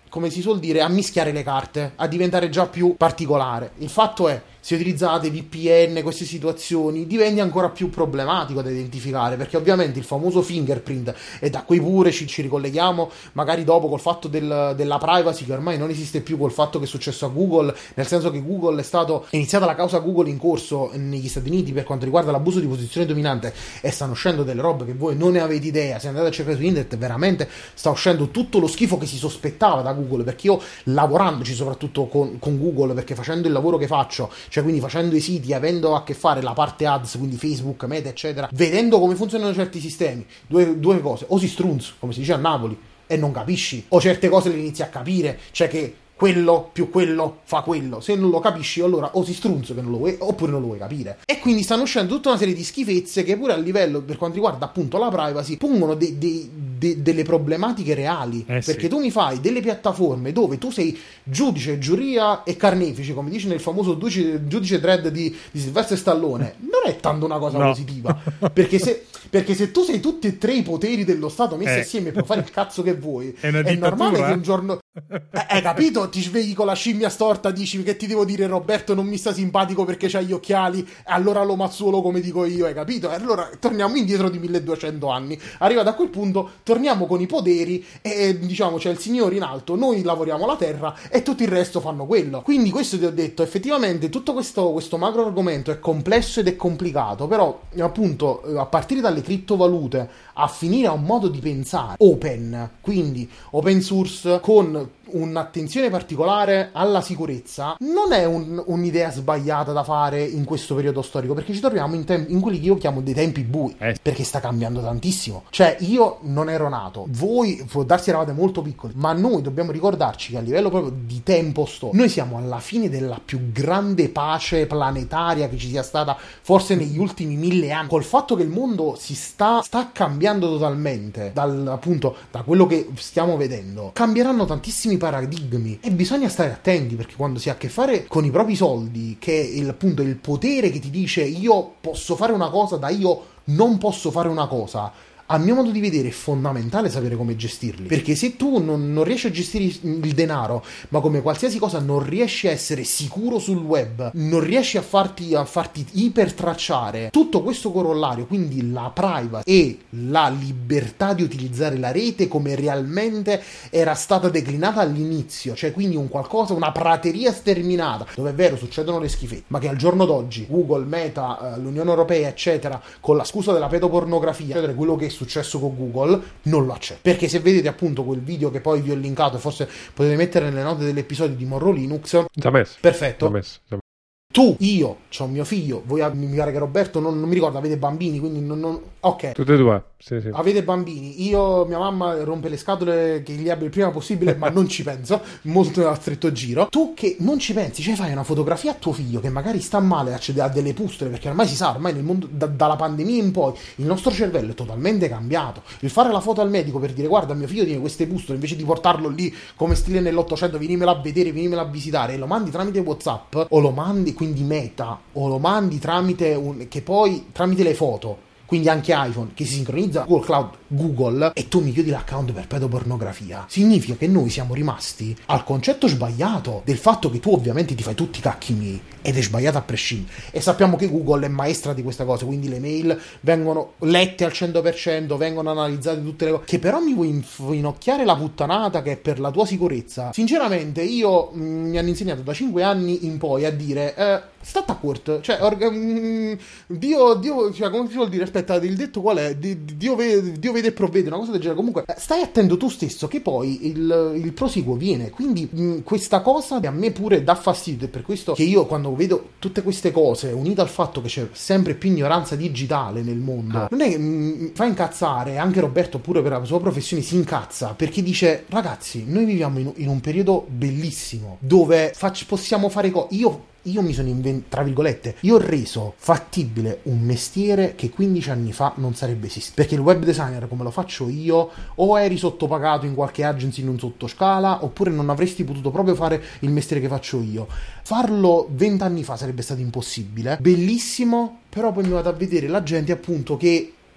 come si suol dire, a mischiare le carte, a diventare già più particolare. Il fatto è, se utilizzate V P N, queste situazioni, diventa ancora più problematico da identificare, perché ovviamente il famoso fingerprint, e da qui pure ci, ci ricolleghiamo magari dopo col fatto del, della privacy, che ormai non esiste più, col fatto che è successo a Google, nel senso che Google è stato, è iniziata la causa Google in corso negli Stati Uniti per quanto riguarda l'abuso di posizione dominante, e stanno uscendo delle robe che voi non ne avete idea. Se andate a cercare su internet, veramente sta uscendo tutto lo schifo che si sospettava da Google, perché io, lavorandoci soprattutto con, con Google, perché facendo il lavoro che faccio, cioè quindi facendo i siti, avendo a che fare la parte ads, quindi Facebook, Meta eccetera, vedendo come funzionano certi sistemi, due, due cose: o si strunz, come si dice a Napoli, e non capisci, o certe cose le inizi a capire, cioè che quello più quello fa quello. Se non lo capisci, allora o si strunzo che non lo vuoi, oppure non lo vuoi capire. E quindi stanno uscendo tutta una serie di schifezze che pure a livello, per quanto riguarda appunto la privacy, pongono de- de- de- delle problematiche reali. Eh perché sì. Tu mi fai delle piattaforme dove tu sei giudice, giuria e carnefice, come dice nel famoso giudice, giudice Dredd di, di Sylvester Stallone. Non è tanto una cosa no. positiva, perché se, perché se tu sei tutti e tre i poteri dello Stato messi eh. assieme per fare il cazzo che vuoi, è, è normale che un giorno eh, hai capito? Ti svegli con la scimmia storta, dici: che ti devo dire, Roberto non mi sta simpatico perché c'ha gli occhiali, e allora lo mazzuolo come dico io, hai capito? E allora torniamo indietro di milleduecento anni. Arrivato a quel punto torniamo con i poteri e diciamo c'è il signore in alto, noi lavoriamo la terra e tutto il resto fanno quello. Quindi questo ti ho detto, effettivamente tutto questo, questo macro argomento è complesso ed è complicato, però appunto a partire dalle criptovalute a finire a un modo di pensare open, quindi open source con un'attenzione particolare alla sicurezza, non è un, un'idea sbagliata da fare in questo periodo storico, perché ci troviamo in, tem- in quelli che io chiamo dei tempi bui, eh. perché sta cambiando tantissimo. Cioè io non ero nato, voi può darsi eravate molto piccoli, ma noi dobbiamo ricordarci che a livello proprio di tempo storico noi siamo alla fine della più grande pace planetaria che ci sia stata forse negli ultimi mille anni, col fatto che il mondo si sta, sta cambiando totalmente dal, appunto da quello che stiamo vedendo. Cambieranno tantissimi paradigmi e bisogna stare attenti, perché quando si ha a che fare con i propri soldi, che è il, appunto il potere che ti dice io posso fare una cosa da io non posso fare una cosa, a mio modo di vedere è fondamentale sapere come gestirli, perché se tu non, non riesci a gestire il denaro, ma come qualsiasi cosa non riesci a essere sicuro sul web, non riesci a farti, a farti ipertracciare tutto questo corollario, quindi la privacy e la libertà di utilizzare la rete come realmente era stata declinata all'inizio, cioè quindi un qualcosa, una prateria sterminata, dove è vero succedono le schifezze, ma che al giorno d'oggi Google, Meta, l'Unione Europea eccetera, con la scusa della pedopornografia, eccetera, quello che successo con Google non lo accetta, perché se vedete appunto quel video che poi vi ho linkato e forse potete mettere nelle note dell'episodio di Morro Linux, già messo, perfetto, già messo, già messo. Tu, io, c'ho mio figlio, voi mi pare che Roberto non, non mi ricordo, avete bambini, quindi non, non... ok, tutte e due, sì, sì. Avete bambini, io, mia mamma rompe le scatole che gli abbia il prima possibile, ma non ci penso, molto a stretto giro. Tu che non ci pensi, cioè fai una fotografia a tuo figlio che magari sta male, accede a delle pustole, perché ormai si sa, ormai nel mondo, da, dalla pandemia in poi il nostro cervello è totalmente cambiato. Il fare la foto al medico per dire guarda mio figlio tiene queste pustole, invece di portarlo lì come stile nell'Ottocento, venimela a vedere, venimela a visitare, e lo mandi tramite WhatsApp, o lo mandi quindi Meta, o lo mandi tramite un, che poi tramite le foto, quindi anche iPhone, che si sincronizza Google Cloud Google, e tu mi chiudi l'account per pedopornografia, significa che noi siamo rimasti al concetto sbagliato del fatto che tu ovviamente ti fai tutti i cacchi miei, ed è sbagliato a prescindere, e sappiamo che Google è maestra di questa cosa, quindi le mail vengono lette al cento per cento, vengono analizzate tutte le cose, che però mi vuoi infinocchiare la puttanata che è per la tua sicurezza. Sinceramente io mh, mi hanno insegnato da cinque anni in poi a dire eh, state a court, cioè orga, mh, Dio, Dio, cioè come si vuol dire, aspetta, il detto qual è? Dio, Dio, vede, Dio vede e provvede, una cosa del genere. Comunque stai attento tu stesso che poi il, il proseguo viene, quindi mh, questa cosa a me pure dà fastidio, e per questo che io quando vedo tutte queste cose unite al fatto che c'è sempre più ignoranza digitale nel mondo, non è che mh, fa incazzare, anche Roberto pure per la sua professione si incazza, perché dice ragazzi noi viviamo in, in un periodo bellissimo dove fac- possiamo fare cose. Io Io mi sono inventato, tra virgolette, io ho reso fattibile un mestiere che quindici anni fa non sarebbe esistito. Perché il web designer, come lo faccio io, o eri sottopagato in qualche agency in un sottoscala, oppure non avresti potuto proprio fare il mestiere che faccio io. Farlo vent'anni fa sarebbe stato impossibile. Bellissimo, però poi mi vado a vedere la gente appunto che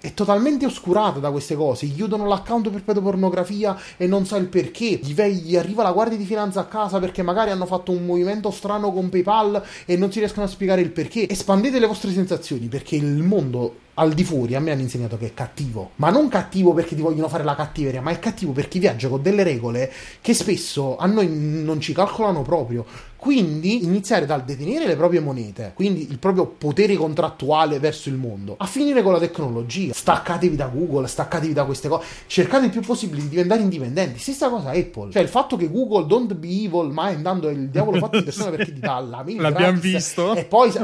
è totalmente oscurata da queste cose. Gli chiudono l'account per pedopornografia e non sa il perché. Gli, gli arriva la guardia di finanza a casa perché magari hanno fatto un movimento strano con PayPal e non si riescono a spiegare il perché. Espandete le vostre sensazioni, perché il mondo al di fuori a me hanno insegnato che è cattivo, ma non cattivo perché ti vogliono fare la cattiveria, ma è cattivo perché viaggia con delle regole che spesso a noi non ci calcolano proprio. Quindi iniziare dal detenere le proprie monete, quindi il proprio potere contrattuale verso il mondo, a finire con la tecnologia. Staccatevi da Google, staccatevi da queste cose, cercate il più possibile di diventare indipendenti. Stessa cosa Apple, cioè il fatto che Google don't be evil, ma andando il diavolo fatto di persona perché ti dà la mail l'abbiamo gratis, visto e poi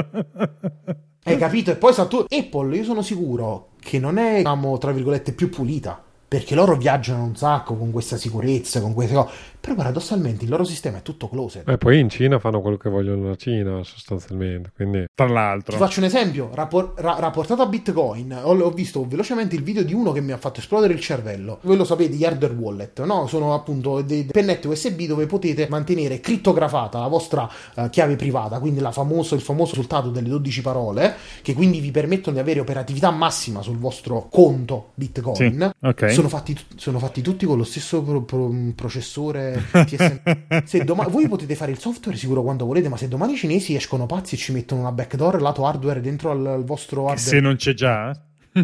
hai capito? E poi sa tu Apple, io sono sicuro che non è, diciamo, tra virgolette, più pulita, perché loro viaggiano un sacco con questa sicurezza, con queste cose, però paradossalmente il loro sistema è tutto closed. E poi in Cina fanno quello che vogliono la Cina, sostanzialmente, quindi... Tra l'altro. Ti faccio un esempio, rappor- ra- rapportato a Bitcoin, ho, ho visto velocemente il video di uno che mi ha fatto esplodere il cervello. Voi lo sapete, gli hardware wallet, no? Sono appunto dei pennette U S B dove potete mantenere crittografata la vostra uh, chiave privata, quindi la famoso, il famoso risultato delle dodici parole, che quindi vi permettono di avere operatività massima sul vostro conto Bitcoin. Sì, ok. Sono fatti, sono fatti tutti con lo stesso pro- pro- processore T S M. Se doma- voi potete fare il software sicuro quando volete, ma se domani i cinesi escono pazzi e ci mettono una backdoor lato hardware dentro al, al vostro hardware, se non c'è già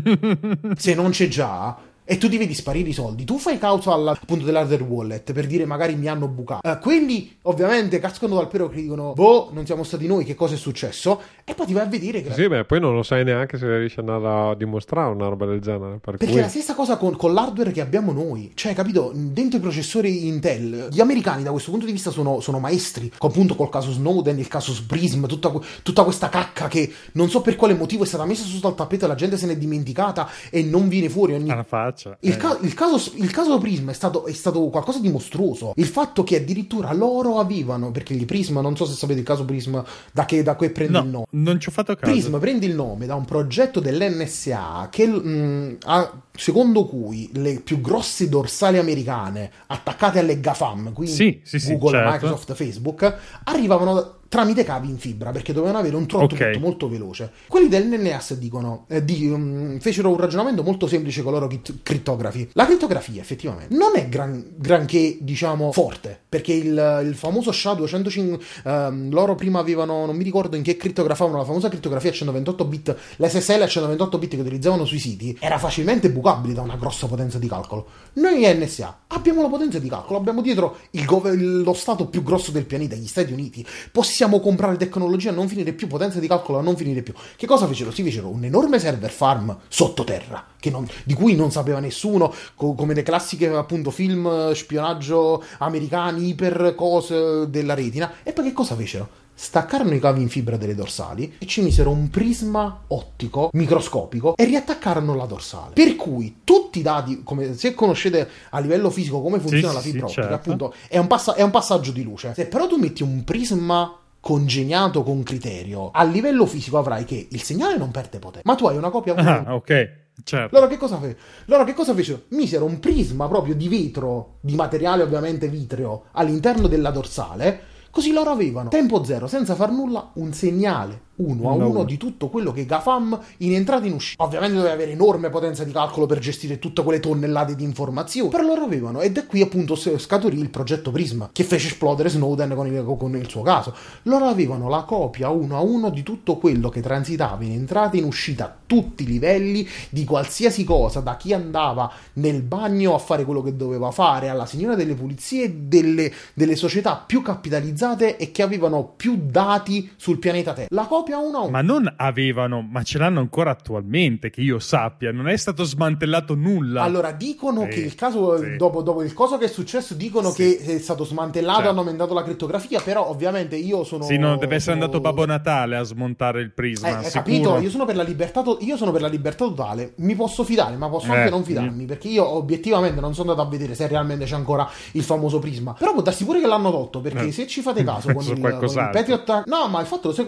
se non c'è già, e tu ti vedi sparire i soldi, tu fai causa al, appunto dell'hardware wallet per dire magari mi hanno bucato, uh, quelli ovviamente cascano dal pero che dicono boh, non siamo stati noi, che cosa è successo, e poi ti vai a vedere che sì, beh, poi non lo sai neanche se riesci ad andare a dimostrare una roba del genere, per perché cui... è la stessa cosa con, con l'hardware che abbiamo noi, cioè capito, dentro i processori Intel gli americani da questo punto di vista sono, sono maestri, appunto col caso Snowden, il caso Prism, tutta, tutta questa cacca che non so per quale motivo è stata messa sotto al tappeto e la gente se n'è dimenticata e non viene fuori ogni... alla faccia. il, eh. ca- il, caso, il caso Prism è stato, è stato qualcosa di mostruoso, il fatto che addirittura loro avevano, perché gli Prism, non so se sapete il caso Prism da che, da che prende no, il nome, non ci ho fatto caso. Prism prende il nome da un progetto dell'N S A che, mh, ha, secondo cui le più grosse dorsali americane attaccate alle GAFAM, quindi sì, sì, sì, Google, certo. Microsoft, Facebook, arrivavano tramite cavi in fibra perché dovevano avere un throughput Okay. molto veloce. Quelli dell'N S A dicono eh, di, um, fecero un ragionamento molto semplice con i loro crit- crittografi. La crittografia effettivamente non è gran, granché, diciamo, forte, perché il, il famoso S H A duecentocinque, um, loro prima avevano, non mi ricordo in che crittografavano, la famosa crittografia a centoventotto bit, l'S S L a centoventotto bit che utilizzavano sui siti, era facilmente bucabile da una grossa potenza di calcolo. Noi N S A abbiamo la potenza di calcolo, abbiamo dietro il gov- lo stato più grosso del pianeta, gli Stati Uniti, possiamo comprare tecnologia a non finire più, potenza di calcolo a non finire più. Che cosa fecero? Si fecero un enorme server farm sottoterra che non, di cui non sapeva nessuno, co- come le classiche appunto film spionaggio americani, iper cose della retina. E poi che cosa fecero? Staccarono i cavi in fibra delle dorsali e ci misero un prisma ottico microscopico e riattaccarono la dorsale, per cui tutti i dati, come se conoscete a livello fisico come funziona Sì, la sì, fibra sì, ottica, certo. appunto è un, passa- è un passaggio di luce. Se però tu metti un prisma congegnato con criterio, a livello fisico avrai che il segnale non perde potenza, ma tu hai una copia. Ah, ok, certo. Loro che cosa fe- Loro che cosa fecero? Misero un prisma proprio di vetro, di materiale ovviamente vitreo, all'interno della dorsale, così loro avevano tempo zero, senza far nulla, un segnale uno a Uno a uno uno. di tutto quello che GAFAM in entrata e in uscita. Ovviamente doveva avere enorme potenza di calcolo per gestire tutte quelle tonnellate di informazioni, però loro avevano, ed da qui appunto scaturì il progetto Prism che fece esplodere Snowden con il, con il suo caso. Loro avevano la copia uno a uno di tutto quello che transitava in entrata e in uscita a tutti i livelli di qualsiasi cosa, da chi andava nel bagno a fare quello che doveva fare, alla signora delle pulizie, delle, delle società più capitalizzate e che avevano più dati sul pianeta Terra. La copia uno a uno. Ma non avevano, ma ce l'hanno ancora attualmente, che io sappia, non è stato smantellato nulla. Allora, dicono Sì, che il caso, sì. dopo, dopo il coso che è successo, dicono Sì. che è stato smantellato, Certo. hanno aumentato la crittografia, però ovviamente io sono... Sì, no, deve essere sono- andato Babbo Natale a smontare il Eh, prisma, hai sicuro. capito? Io sono per la libertà, to- io sono per la libertà totale. Mi posso fidare, ma posso anche Eh, non fidarmi, perché io obiettivamente non sono andato a vedere se realmente c'è ancora il famoso prisma. Però può darsi pure che l'hanno tolto, perché Eh. se ci fate caso con Su il, con il qualcos'altro. Patriot Act- no, ma il fatto lo sai qual è?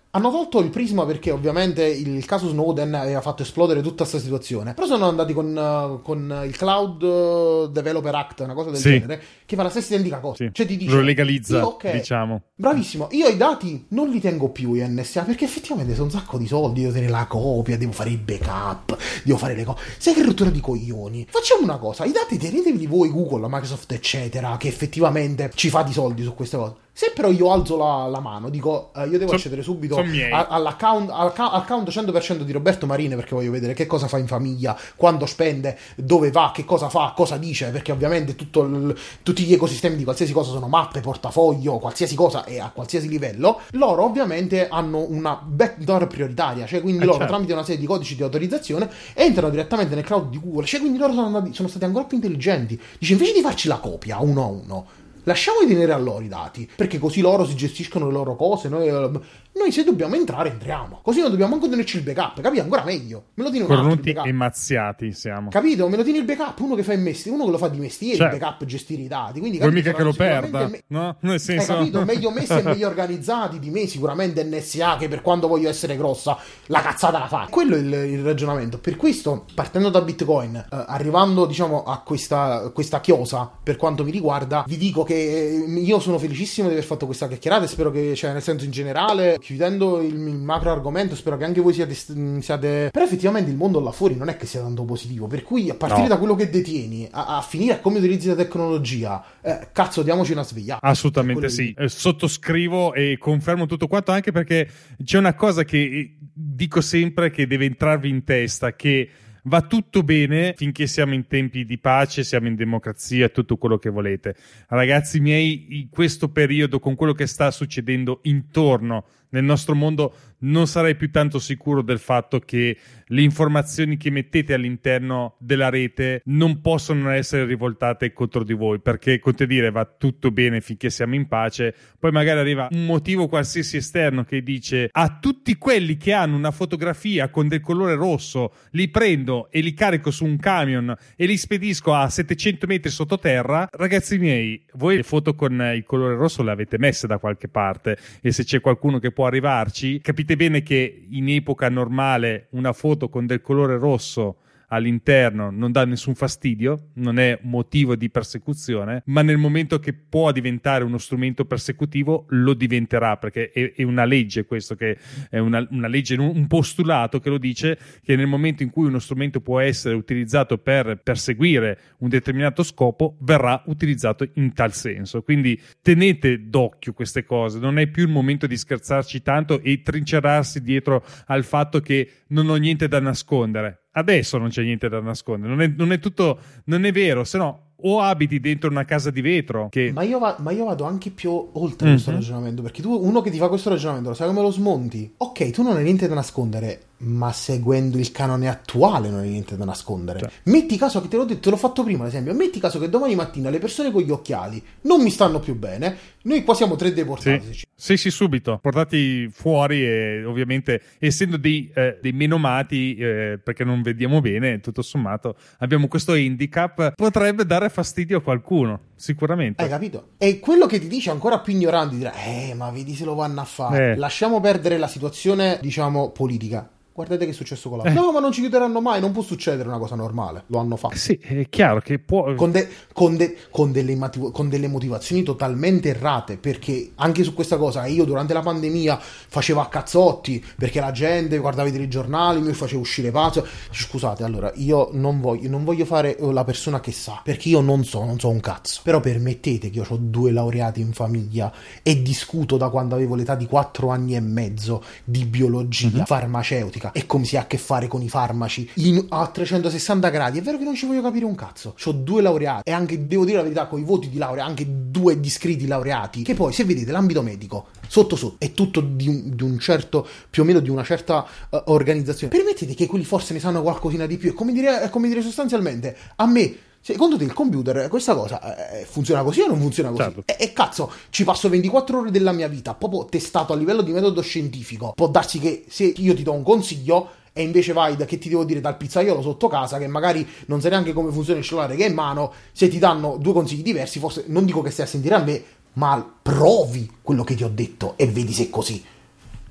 Hanno tolto il Prisma perché ovviamente il caso Snowden aveva fatto esplodere tutta questa situazione. Però sono andati con, uh, con il Cloud Developer Act, una cosa del sì. genere, che fa la stessa identica cosa. Sì. Cioè ti dice, lo legalizza, io, okay, diciamo. Bravissimo, io i dati non li tengo più in N S A perché effettivamente sono un sacco di soldi, devo tenere la copia, devo fare il backup, devo fare le cose. Sai che rottura di coglioni? Facciamo una cosa, i dati tenetevi voi, Google, Microsoft, eccetera, che effettivamente ci fa di soldi su queste cose. Se però io alzo la, la mano, dico uh, io devo Son, accedere subito a, all'account, all'account cento per cento di Roberto Marine perché voglio vedere che cosa fa in famiglia, quando spende, dove va, che cosa fa, cosa dice, perché ovviamente tutto il, tutti gli ecosistemi di qualsiasi cosa sono mappe, portafoglio, qualsiasi cosa e a qualsiasi livello, loro ovviamente hanno una backdoor prioritaria, cioè quindi eh loro certo. tramite una serie di codici di autorizzazione entrano direttamente nel cloud di Google, cioè quindi loro sono, andati, sono stati ancora più intelligenti. Dice invece di farci la copia uno a uno, lasciamo di tenere a loro i dati, perché così loro si gestiscono le loro cose, noi, noi se dobbiamo entrare entriamo, così non dobbiamo anche tenerci il backup, capito? Ancora meglio, me lo tieni un altro il backup. E mazziati siamo, capito? Me lo tieni il backup, uno che fa il mestiere, uno che lo fa di mestiere, certo. il backup, gestire i dati, quindi vuoi mica che lo perda, me- no? Nel senso... hai capito? Meglio messi e meglio organizzati di me, sicuramente N S A, che per quando voglio essere grossa la cazzata la fa. Quello è il, il ragionamento. Per questo, partendo da Bitcoin, eh, arrivando diciamo a questa, questa chiosa, per quanto mi riguarda, vi dico che io sono felicissimo di aver fatto questa chiacchierata e spero che, cioè nel senso in generale, chiudendo il, il macro argomento, spero che anche voi siate, siate... Però effettivamente il mondo là fuori non è che sia tanto positivo, per cui a partire no. da quello che detieni a, a finire a come utilizzi la tecnologia, eh, cazzo diamoci una svegliata. Assolutamente sì, eh, sottoscrivo e confermo tutto quanto, anche perché c'è una cosa che dico sempre che deve entrarvi in testa, che va tutto bene finché siamo in tempi di pace, siamo in democrazia, tutto quello che volete. Ragazzi miei, in questo periodo, con quello che sta succedendo intorno nel nostro mondo, non sarei più tanto sicuro del fatto che le informazioni che mettete all'interno della rete non possono essere rivoltate contro di voi, perché, conte dire, va tutto bene finché siamo in pace, poi magari arriva un motivo qualsiasi esterno che dice a tutti quelli che hanno una fotografia con del colore rosso li prendo e li carico su un camion e li spedisco a settecento metri sottoterra. Ragazzi miei, voi le foto con il colore rosso le avete messe da qualche parte, e se c'è qualcuno che può arrivarci, capite bene che in epoca normale una foto con del colore rosso all'interno non dà nessun fastidio, non è motivo di persecuzione, ma nel momento che può diventare uno strumento persecutivo lo diventerà, perché è, è una legge, questo che è una, una legge, un postulato che lo dice, che nel momento in cui uno strumento può essere utilizzato per perseguire un determinato scopo, verrà utilizzato in tal senso. Quindi tenete d'occhio queste cose, non è più il momento di scherzarci tanto e trincerarsi dietro al fatto che non ho niente da nascondere. Adesso non c'è niente da nascondere, non è, non è tutto, non è vero, se no o abiti dentro una casa di vetro che... ma, io va, ma io vado anche più oltre mm-hmm. questo ragionamento, perché tu, uno che ti fa questo ragionamento, lo sai come lo smonti? Ok, tu non hai niente da nascondere, ma seguendo il canone attuale non hai niente da nascondere. Cioè. Metti caso che te l'ho detto, te l'ho fatto prima, ad esempio, metti caso che domani mattina le persone con gli occhiali non mi stanno più bene, noi qua siamo tre deportati. Sì, sì, sì, subito, portati fuori, e ovviamente essendo dei, eh, dei menomati, eh, perché non vediamo bene, tutto sommato abbiamo questo handicap, potrebbe dare fastidio a qualcuno, sicuramente. Hai capito? E quello che ti dice ancora più ignorante dirà, eh ma vedi se lo vanno a fare. Eh. Lasciamo perdere la situazione, diciamo, politica. Guardate che è successo con la... Eh. No, ma non ci chiuderanno mai, non può succedere una cosa normale. Lo hanno fatto. Sì, è chiaro che può... Con, de- con, de- con, delle, motiv- con delle motivazioni totalmente errate, perché anche su questa cosa io durante la pandemia facevo a cazzotti, perché la gente guardava i telegiornali, mi faceva uscire pazzo. Scusate, allora, io non voglio, non voglio fare la persona che sa, perché io non so, non so un cazzo. Però permettete che io ho due laureati in famiglia e discuto da quando avevo l'età di quattro anni e mezzo di biologia mm-hmm. farmaceutica e come si ha a che fare con i farmaci in, a trecentosessanta gradi. È vero che non ci voglio capire un cazzo, c'ho due laureati e anche, devo dire la verità, con i voti di laurea anche due discreti laureati, che poi se vedete l'ambito medico sotto sotto è tutto di un, di un certo, più o meno di una certa uh, organizzazione. Permettete che quelli forse ne sanno qualcosina di più, e come dire, come dire sostanzialmente a me, secondo te il computer questa cosa eh, funziona così o non funziona così? Certo. E, e cazzo, ci passo ventiquattro ore della mia vita proprio testato a livello di metodo scientifico. Può darsi che se io ti do un consiglio e invece vai da, che ti devo dire, dal pizzaiolo sotto casa, che magari non sai neanche come funziona il cellulare che è in mano, se ti danno due consigli diversi, forse non dico che stai a sentire a me, ma provi quello che ti ho detto e vedi se è così.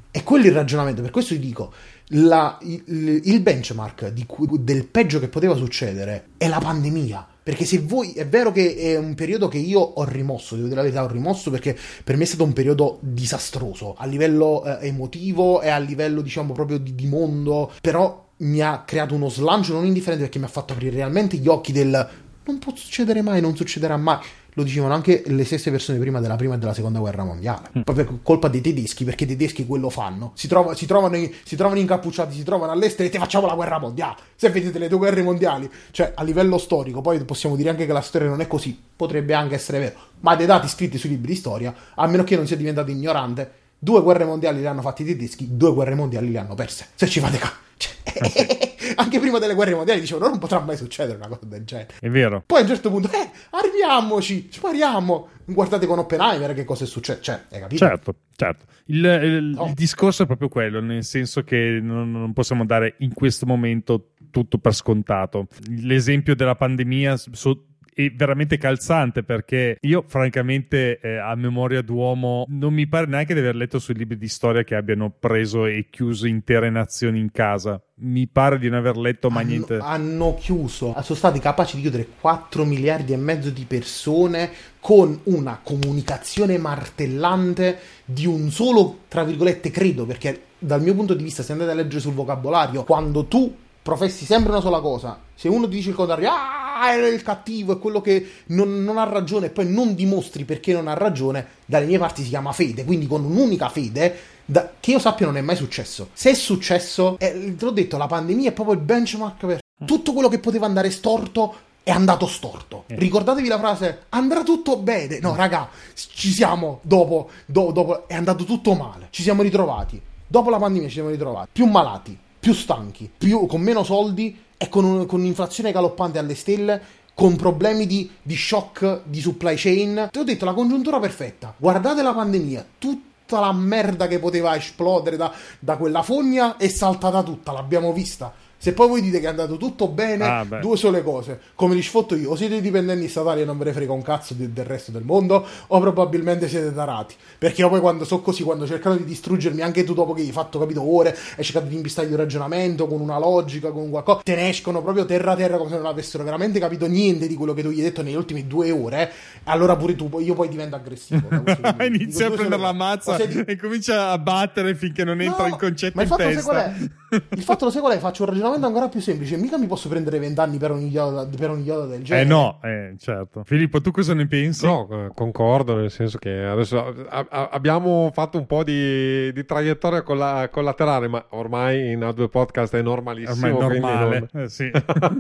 È quello il ragionamento, per questo ti dico, la, il, il benchmark di, del peggio che poteva succedere è la pandemia. Perché se voi, è vero che è un periodo che io ho rimosso, devo dire la verità, ho rimosso perché per me è stato un periodo disastroso a livello eh, emotivo e a livello, diciamo, proprio di, di mondo, però mi ha creato uno slancio non indifferente perché mi ha fatto aprire realmente gli occhi del non può succedere mai, non succederà mai. Lo dicevano anche le stesse persone prima della prima e della seconda guerra mondiale, mm. proprio per colpa dei tedeschi, perché i tedeschi quello fanno, si, trova, si, trovano, si trovano incappucciati, si trovano all'estero e te facciamo la guerra mondiale, se vedete le due guerre mondiali, cioè a livello storico, poi possiamo dire anche che la storia non è così, potrebbe anche essere vero, ma dei dati scritti sui libri di storia, a meno che non sia diventato ignorante, due guerre mondiali le hanno fatte i tedeschi, due guerre mondiali le hanno perse, se ci fate caso. Cioè, anche prima delle guerre mondiali dicevano non potrà mai succedere una cosa del genere. È vero. Poi a un certo punto, eh, arriviamoci, spariamo. Guardate con Oppenheimer che cosa è successo. Cioè, hai capito? Certo, certo. Il, il, no. il discorso è proprio quello, nel senso che non, non possiamo dare in questo momento tutto per scontato. L'esempio della pandemia so, è veramente calzante, perché io francamente eh, a memoria d'uomo non mi pare neanche di aver letto sui libri di storia che abbiano preso e chiuso intere nazioni in casa. Mi pare di non aver letto mai hanno, niente. Hanno chiuso, sono stati capaci di chiudere quattro miliardi e mezzo di persone con una comunicazione martellante di un solo, tra virgolette, credo, perché dal mio punto di vista, se andate a leggere sul vocabolario, quando tu professi sempre una sola cosa, se uno ti dice il contrario, ah, è il cattivo, è quello che non, non ha ragione, e poi non dimostri perché non ha ragione, dalle mie parti si chiama fede, quindi con un'unica fede, da, che io sappia non è mai successo. Se è successo, eh, te l'ho detto, la pandemia è proprio il benchmark per tutto quello che poteva andare storto è andato storto. Eh. Ricordatevi la frase, andrà tutto bene. No, raga, ci siamo, dopo, do, dopo è andato tutto male, ci siamo ritrovati. Dopo la pandemia ci siamo ritrovati più malati, più stanchi, più, con meno soldi e con, un, con un'inflazione galoppante alle stelle, con problemi di, di shock di supply chain. Ti ho detto, la congiuntura perfetta. Guardate la pandemia, tutta la merda che poteva esplodere da, da quella fogna è saltata tutta, l'abbiamo vista. Se poi voi dite che è andato tutto bene, ah, due sole cose, come li sfotto io: o siete dipendenti statali e non ve ne frega un cazzo de- del resto del mondo, o probabilmente siete tarati, perché io poi quando so così, quando cercano di distruggermi, anche tu dopo che hai fatto, capito, ore, hai cercato di impistare un ragionamento con una logica, con qualcosa, te ne escono proprio terra terra come se non avessero veramente capito niente di quello che tu gli hai detto nelle ultime due ore, allora pure tu, io poi divento aggressivo. Inizia a prendere la mazza di... e comincia a battere finché non entra no, il concetto ma il in fatto testa. Qual è? Il fatto lo sai qual è? Faccio un ragionamento ancora più semplice, mica mi posso prendere vent'anni per un idiota, per un idiota del genere. Eh no, eh, certo. Filippo, tu cosa ne pensi? No, eh, concordo, nel senso che adesso a, a, abbiamo fatto un po' di, di traiettoria colla, collaterale, ma ormai in A due Podcast è normalissimo. Ormai è normale, non... eh, sì.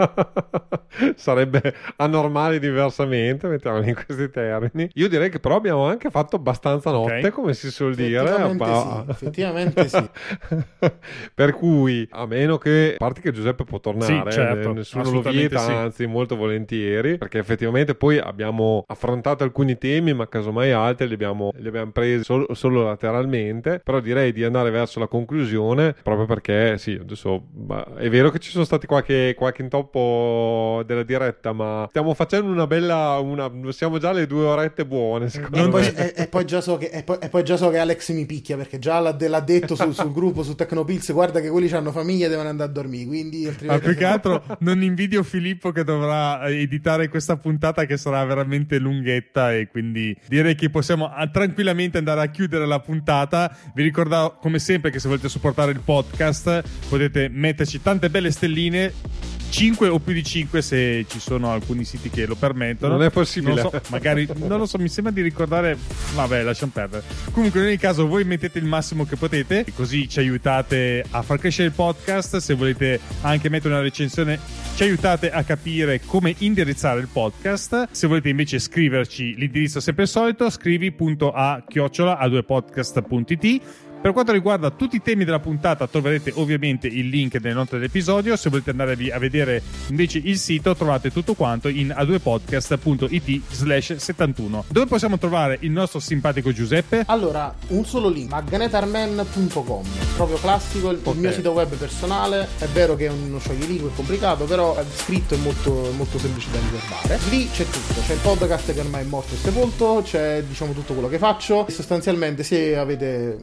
Sarebbe anormale diversamente, mettiamolo in questi termini. Io direi che però abbiamo anche fatto abbastanza notte, okay, come si suol dire. Effettivamente sì, effettivamente sì. Per cui, a meno che, a parte che Giuseppe può tornare, sì, certo, eh, nessuno lo vieta, sì, anzi molto volentieri, perché effettivamente poi abbiamo affrontato alcuni temi, ma casomai altri li abbiamo, li abbiamo presi solo, solo lateralmente. Però direi di andare verso la conclusione, proprio perché sì, adesso è vero che ci sono stati qualche, qualche intoppo della diretta, ma stiamo facendo una bella, una, siamo già alle due orette buone, secondo e me. Poi, e, e, poi già so che, e, poi, e poi già so che Alex mi picchia, perché già l'ha, l'ha detto sul, sul gruppo, su Tecnopills, guarda che quelli hanno famiglia e devono andare a dormire, quindi ma più che altro non invidio Filippo che dovrà editare questa puntata che sarà veramente lunghetta, e quindi direi che possiamo tranquillamente andare a chiudere la puntata. Vi ricordo come sempre che se volete supportare il podcast potete metterci tante belle stelline, cinque o più di cinque se ci sono alcuni siti che lo permettono. Non è possibile, non so, magari non lo so, mi sembra di ricordare, vabbè, lasciamo perdere. Comunque in ogni caso voi mettete il massimo che potete, così ci aiutate a far crescere il podcast. Se volete anche mettere una recensione ci aiutate a capire come indirizzare il podcast. Se volete invece scriverci, l'indirizzo è sempre il solito, scrivi punto a chiocciola a due podcast punto it. Per quanto riguarda tutti i temi della puntata troverete ovviamente il link nelle note dell'episodio. Se volete andare a vedere invece il sito trovate tutto quanto in a due podcast punto it slash settantuno. Dove possiamo trovare il nostro simpatico Giuseppe? Allora, un solo link, magnetarman punto com, proprio classico, il, okay, il mio sito web personale. È vero che è uno scioglilingua, è complicato, però scritto è molto, molto semplice da ricordare. Lì c'è tutto, c'è il podcast che ormai è morto e sepolto, c'è diciamo tutto quello che faccio, e sostanzialmente se avete bisogno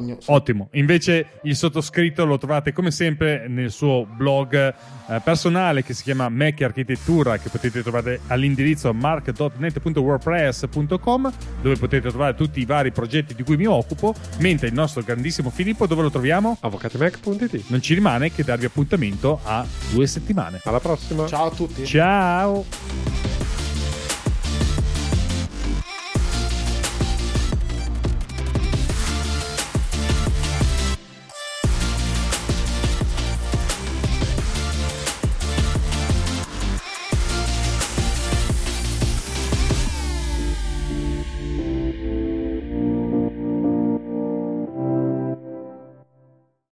bisogno. Sì. Ottimo. Invece il sottoscritto lo trovate come sempre nel suo blog eh, personale che si chiama Mac e Architettura, che potete trovare all'indirizzo mark punto net punto wordpress punto com, dove potete trovare tutti i vari progetti di cui mi occupo, mentre il nostro grandissimo Filippo dove lo troviamo? avvocatimac punto it. Non ci rimane che darvi appuntamento a due settimane. Alla prossima. Ciao a tutti. Ciao.